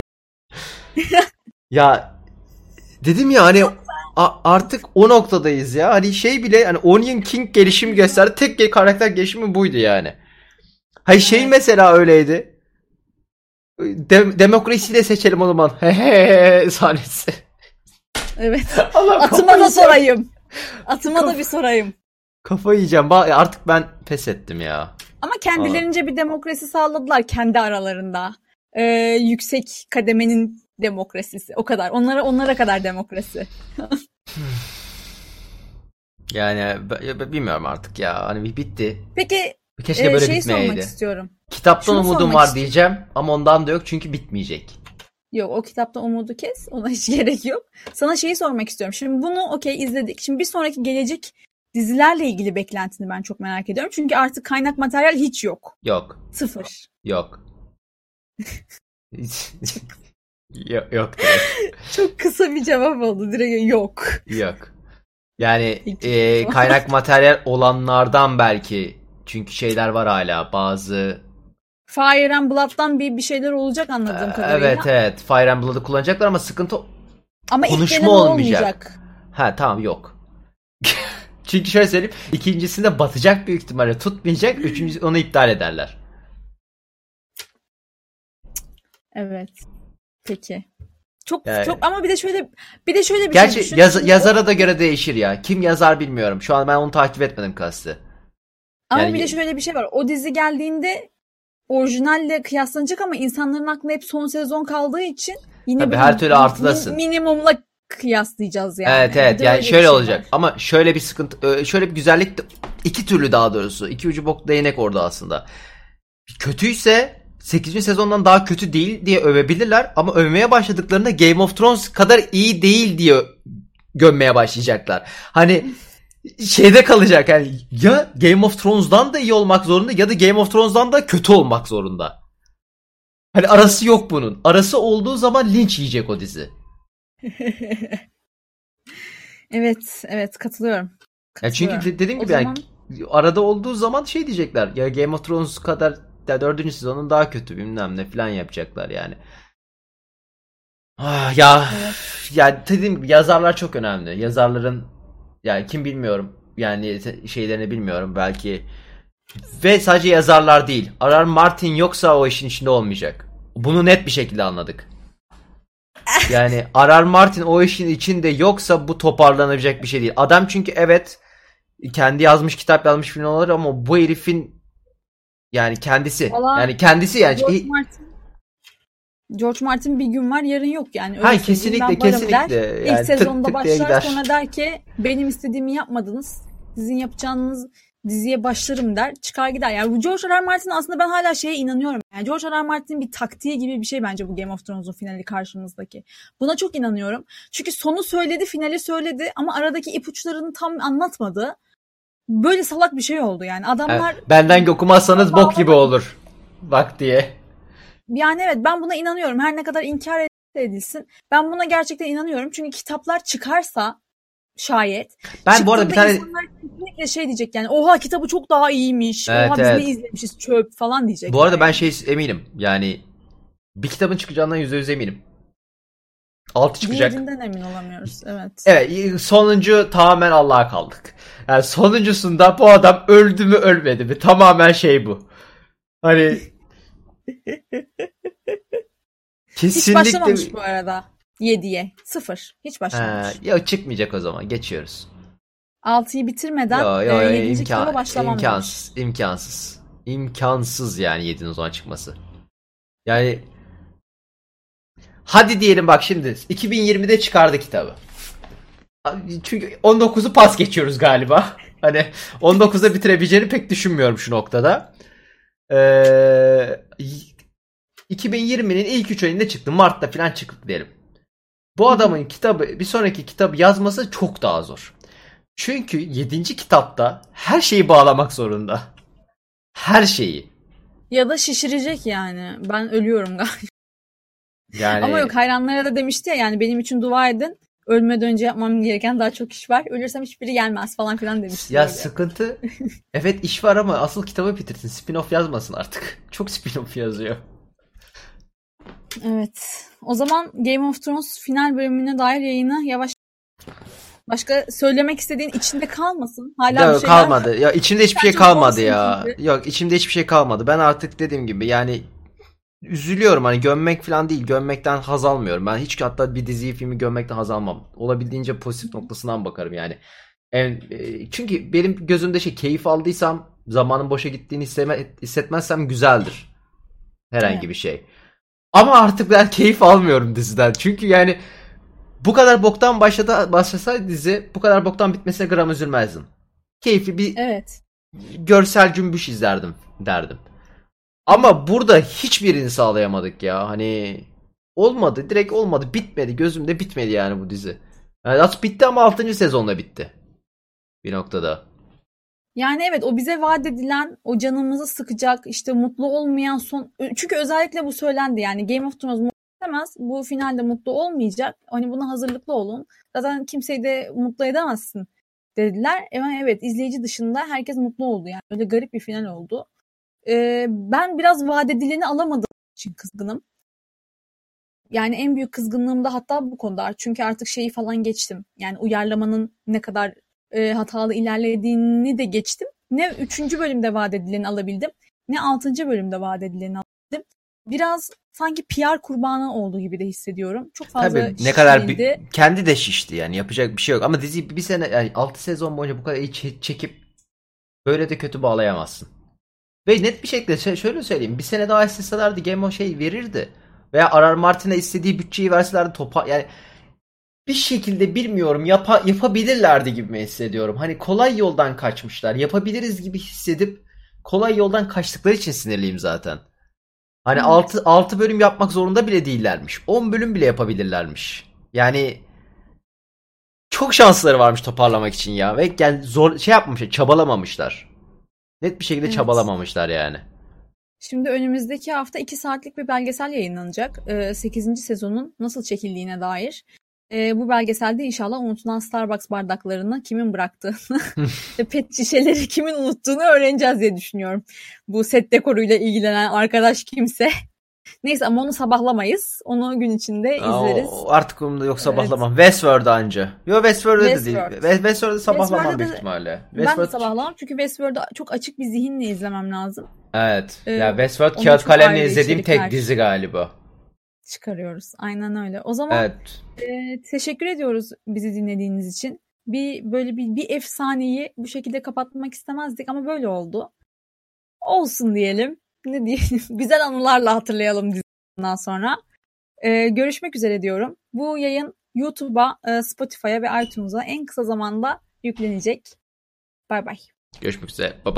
Ya dedim ya hani artık o noktadayız ya. Hani şey bile hani Onion King gelişimi gösterdi. Tek karakter gelişimi buydu yani. Hani şey mesela öyleydi. Demokrasiyle seçelim o zaman. Sahnesi. Evet. Atıma da sorayım. Atıma da bir sorayım. Kafayı yiyeceğim. Artık ben pes ettim ya. Ama kendilerince bir demokrasi sağladılar kendi aralarında. Yüksek kademenin demokrasisi. O kadar. Onlara kadar demokrasi. Yani bilmiyorum artık ya. Hani bitti. Peki keşke böyle şey bitmeyeydi. Sormak istiyorum. Kitaptan umudum var diyeceğim ama ondan da yok çünkü bitmeyecek. Yok o kitaptan umudu kes. Ona hiç gerek yok. Sana şeyi sormak istiyorum. Şimdi bunu okey izledik. Şimdi bir sonraki gelecek dizilerle ilgili beklentini ben çok merak ediyorum. Çünkü artık kaynak materyal hiç yok. Yok. Sıfır. Yok. Yok. Yok. Çok kısa bir cevap oldu. Direkt yok. Yok. Yani kaynak materyal olanlardan belki. Çünkü şeyler var hala bazı. Fire and Blood'dan bir şeyler olacak anladığım kadarıyla. Evet. Fire and Blood'ı kullanacaklar ama sıkıntı ama konuşma olmayacak. Ha tamam yok. Çünkü şöyle söyleyeyim. İkincisinde batacak büyük ihtimalle. Tutmayacak. Üçüncüsü onu iptal ederler. Evet. Peki. Çok Yani, çok ama bir de şöyle bir gerçi şey düşün. yazara da göre değişir ya. Kim yazar bilmiyorum. Şu an ben onu takip etmedim kastı. Ama Yani, bir de şöyle bir şey var. O dizi geldiğinde orijinalle kıyaslanacak ama insanların aklında hep son sezon kaldığı için yine tabii her türlü artılasın. Minimumla kıyaslayacağız yani. Evet. Yani şöyle şey olacak. var. Ama şöyle bir sıkıntı, şöyle bir güzellik iki türlü daha doğrusu. İki ucu bok değnek orada aslında. Kötüyse 8. sezondan daha kötü değil diye övebilirler ama övmeye başladıklarında Game of Thrones kadar iyi değil diye gömmeye başlayacaklar. Hani şeyde kalacak yani ya Game of Thrones'dan da iyi olmak zorunda ya da Game of Thrones'dan da kötü olmak zorunda. Hani arası yok bunun. Arası olduğu zaman linç yiyecek o dizi. Evet katılıyorum. Ya çünkü dediğim gibi yani arada olduğu zaman şey diyecekler. Ya Game of Thrones kadar ya 4. sezonun daha kötü bilmem ne falan yapacaklar yani. Ya evet. yani dediğim gibi yazarlar çok önemli. Yazarların yani kim bilmiyorum. Yani şeylerini bilmiyorum belki. Ve sadece yazarlar değil. R.R. Martin yoksa o işin içinde olmayacak. Bunu net bir şekilde anladık. Yani R.R. Martin o işin içinde yoksa bu toparlanabilecek bir şey değil. Adam çünkü evet kendi yazmış kitap yazmış film olur ama bu herifin yani kendisi. Yani kendisi yani. George Martin bir gün var yarın yok yani. Öyle kesinlikle. Der. Yani İlk sezonda tık başlar gider. sonra der ki benim istediğimi yapmadınız. Sizin yapacağınız diziye başlarım der. Çıkar gider. Yani George R.R. Martin aslında ben hala şeye inanıyorum. Yani George R.R. Martin'in bir taktiği gibi bir şey bence bu Game of Thrones'un finali karşımızdaki. Buna çok inanıyorum. Çünkü sonu söyledi, finali söyledi ama aradaki ipuçlarını tam anlatmadı. Böyle salak bir şey oldu yani. Adamlar benden okumazsanız bok gibi olur. Bak diye. Yani evet ben buna inanıyorum. Her ne kadar inkar edilsin. Ben buna gerçekten inanıyorum. Çünkü kitaplar çıkarsa şayet. Ben bu arada bir tane insanlar kesinlikle şey diyecek yani. Oha kitabı çok daha iyiymiş. Evet, oha biz ne izlemişiz çöp falan diyecek. Bu arada ben eminim. Yani bir kitabın çıkacağından %100 eminim. 6 çıkacak. Diğerinden emin olamıyoruz. Evet. Evet sonuncu tamamen Allah'a kaldık. Yani sonuncusunda bu adam öldü mü ölmedi mi? Tamamen şey bu. Hani kesinlikle. Hiç başlamamış bu arada. 7'ye. 0. Hiç başlamamış. Yok çıkmayacak o zaman. Geçiyoruz. 6'yı bitirmeden 7. kitaba başlamam İmkansız yani 7'nin o zaman çıkması. Yani hadi diyelim bak şimdi 2020'de çıkardı kitabı. Çünkü 19'u pas geçiyoruz galiba. Hani 19'da bitirebileceğini pek düşünmüyorum şu noktada. 2020'nin ilk 3 ayında çıktı. Mart'ta falan çıktı diyelim. Bu adamın bir sonraki kitabı yazması çok daha zor. Çünkü 7. kitapta her şeyi bağlamak zorunda. Her şeyi. Ya da şişirecek yani. Ben ölüyorum galiba. Yani... Ama yok hayranlara da demişti ya yani benim için dua edin. Ölmeden önce yapmam gereken daha çok iş var. Ölürsem hiçbiri gelmez falan filan demişti. Ya öyle. Sıkıntı evet iş var ama asıl kitabı bitirsin. Spin-off yazmasın artık. Çok spin-off yazıyor. Evet. O zaman Game of Thrones final bölümüne dair yayını yavaş başka söylemek istediğin içinde kalmasın. Hala ya, kalmadı. Ya içimde hiçbir şey kalmadı ya. Şimdi. Yok içimde hiçbir şey kalmadı. Ben artık dediğim gibi yani üzülüyorum hani gömmek falan değil. Gömmekten haz almıyorum. Ben hiç hatta bir diziyi filmi gömmekten haz almam. Olabildiğince pozitif noktasından bakarım yani. Çünkü benim gözümde keyif aldıysam zamanın boşa gittiğini hissetmezsem güzeldir. Herhangi bir şey. Ama artık ben keyif almıyorum diziden. Çünkü yani bu kadar boktan başlasaydı dizi bu kadar boktan bitmesine gram üzülmezdim. Keyifli bir görsel cümbüş izlerdim derdim. Ama burada hiçbirini sağlayamadık ya. Hani olmadı. Direkt olmadı. Bitmedi. Gözümde bitmedi yani bu dizi. Yani bitti ama 6. sezonda bitti. bir noktada. Yani evet, o bize vaat edilen, o canımızı sıkacak, işte mutlu olmayan son... Çünkü özellikle bu söylendi, yani Game of Thrones mutlu edemez, bu finalde mutlu olmayacak. Hani buna hazırlıklı olun. Zaten kimseyi de mutlu edemezsin dediler. Ama evet, izleyici dışında herkes mutlu oldu yani. Öyle garip bir final oldu. Ben biraz vaat edileni alamadığım için kızgınım. Yani en büyük kızgınlığım da hatta bu konuda. Çünkü artık şeyi falan geçtim. Yani uyarlamanın ne kadar hatalı ilerlediğini de geçtim. Ne 3. bölümde vaat edileni alabildim, ne 6. bölümde vaat edileni alabildim. Biraz sanki PR kurbanı olduğu gibi de hissediyorum. Çok fazla Tabii ne kadar şişirildi. kendi de şişti yani, yapacak bir şey yok. Ama diziyi bir sene, yani 6 sezon boyunca bu kadar iyi çekip böyle de kötü bağlayamazsın. Ve net bir şekilde şöyle söyleyeyim. Bir sene daha isteselerdi Game of şey verirdi. Veya R.R. Martin'e istediği bütçeyi verselerdi yani bir şekilde bilmiyorum yapabilirlerdi gibi mi hissediyorum. Hani kolay yoldan kaçmışlar. Yapabiliriz gibi hissedip kolay yoldan kaçtıkları için sinirliyim zaten. Hani Evet. altı bölüm yapmak zorunda bile değillermiş. 10 bölüm bile yapabilirlermiş. Yani çok şansları varmış toparlamak için ya. Ve yani zor şey yapmamışlar, çabalamamışlar. Net bir şekilde Evet. çabalamamışlar yani. Şimdi önümüzdeki hafta 2 saatlik bir belgesel yayınlanacak. 8. sezonun nasıl çekildiğine dair. Bu belgeselde inşallah unutulan Starbucks bardaklarını kimin bıraktığını ve pet şişeleri kimin unuttuğunu öğreneceğiz diye düşünüyorum. Bu set dekoruyla ilgilenen arkadaş kimse. Neyse, ama onu sabahlamayız. Onu gün içinde izleriz. Artık onu yok, Evet. sabahlamam. Westworld anca. Yok, Westworld'da da değil. Westworld. Westworld'da sabahlamam Westworld'da büyük da ihtimalle. ben de Westworld. sabahlamam, çünkü Westworld'da çok açık bir zihinle izlemem lazım. Evet. Ya Westworld Onun kağıt çok kalemle ayrı izlediğim tek içerikler dizi galiba. çıkarıyoruz. Aynen öyle. O zaman Evet. teşekkür ediyoruz bizi dinlediğiniz için. Böyle bir efsaneyi bu şekilde kapatmak istemezdik ama böyle oldu. Olsun diyelim. Ne diyelim? Güzel anılarla hatırlayalım diziden sonra. Görüşmek üzere diyorum. Bu yayın YouTube'a, Spotify'a ve iTunes'a en kısa zamanda yüklenecek. Bay bay. Görüşmek üzere. Bye.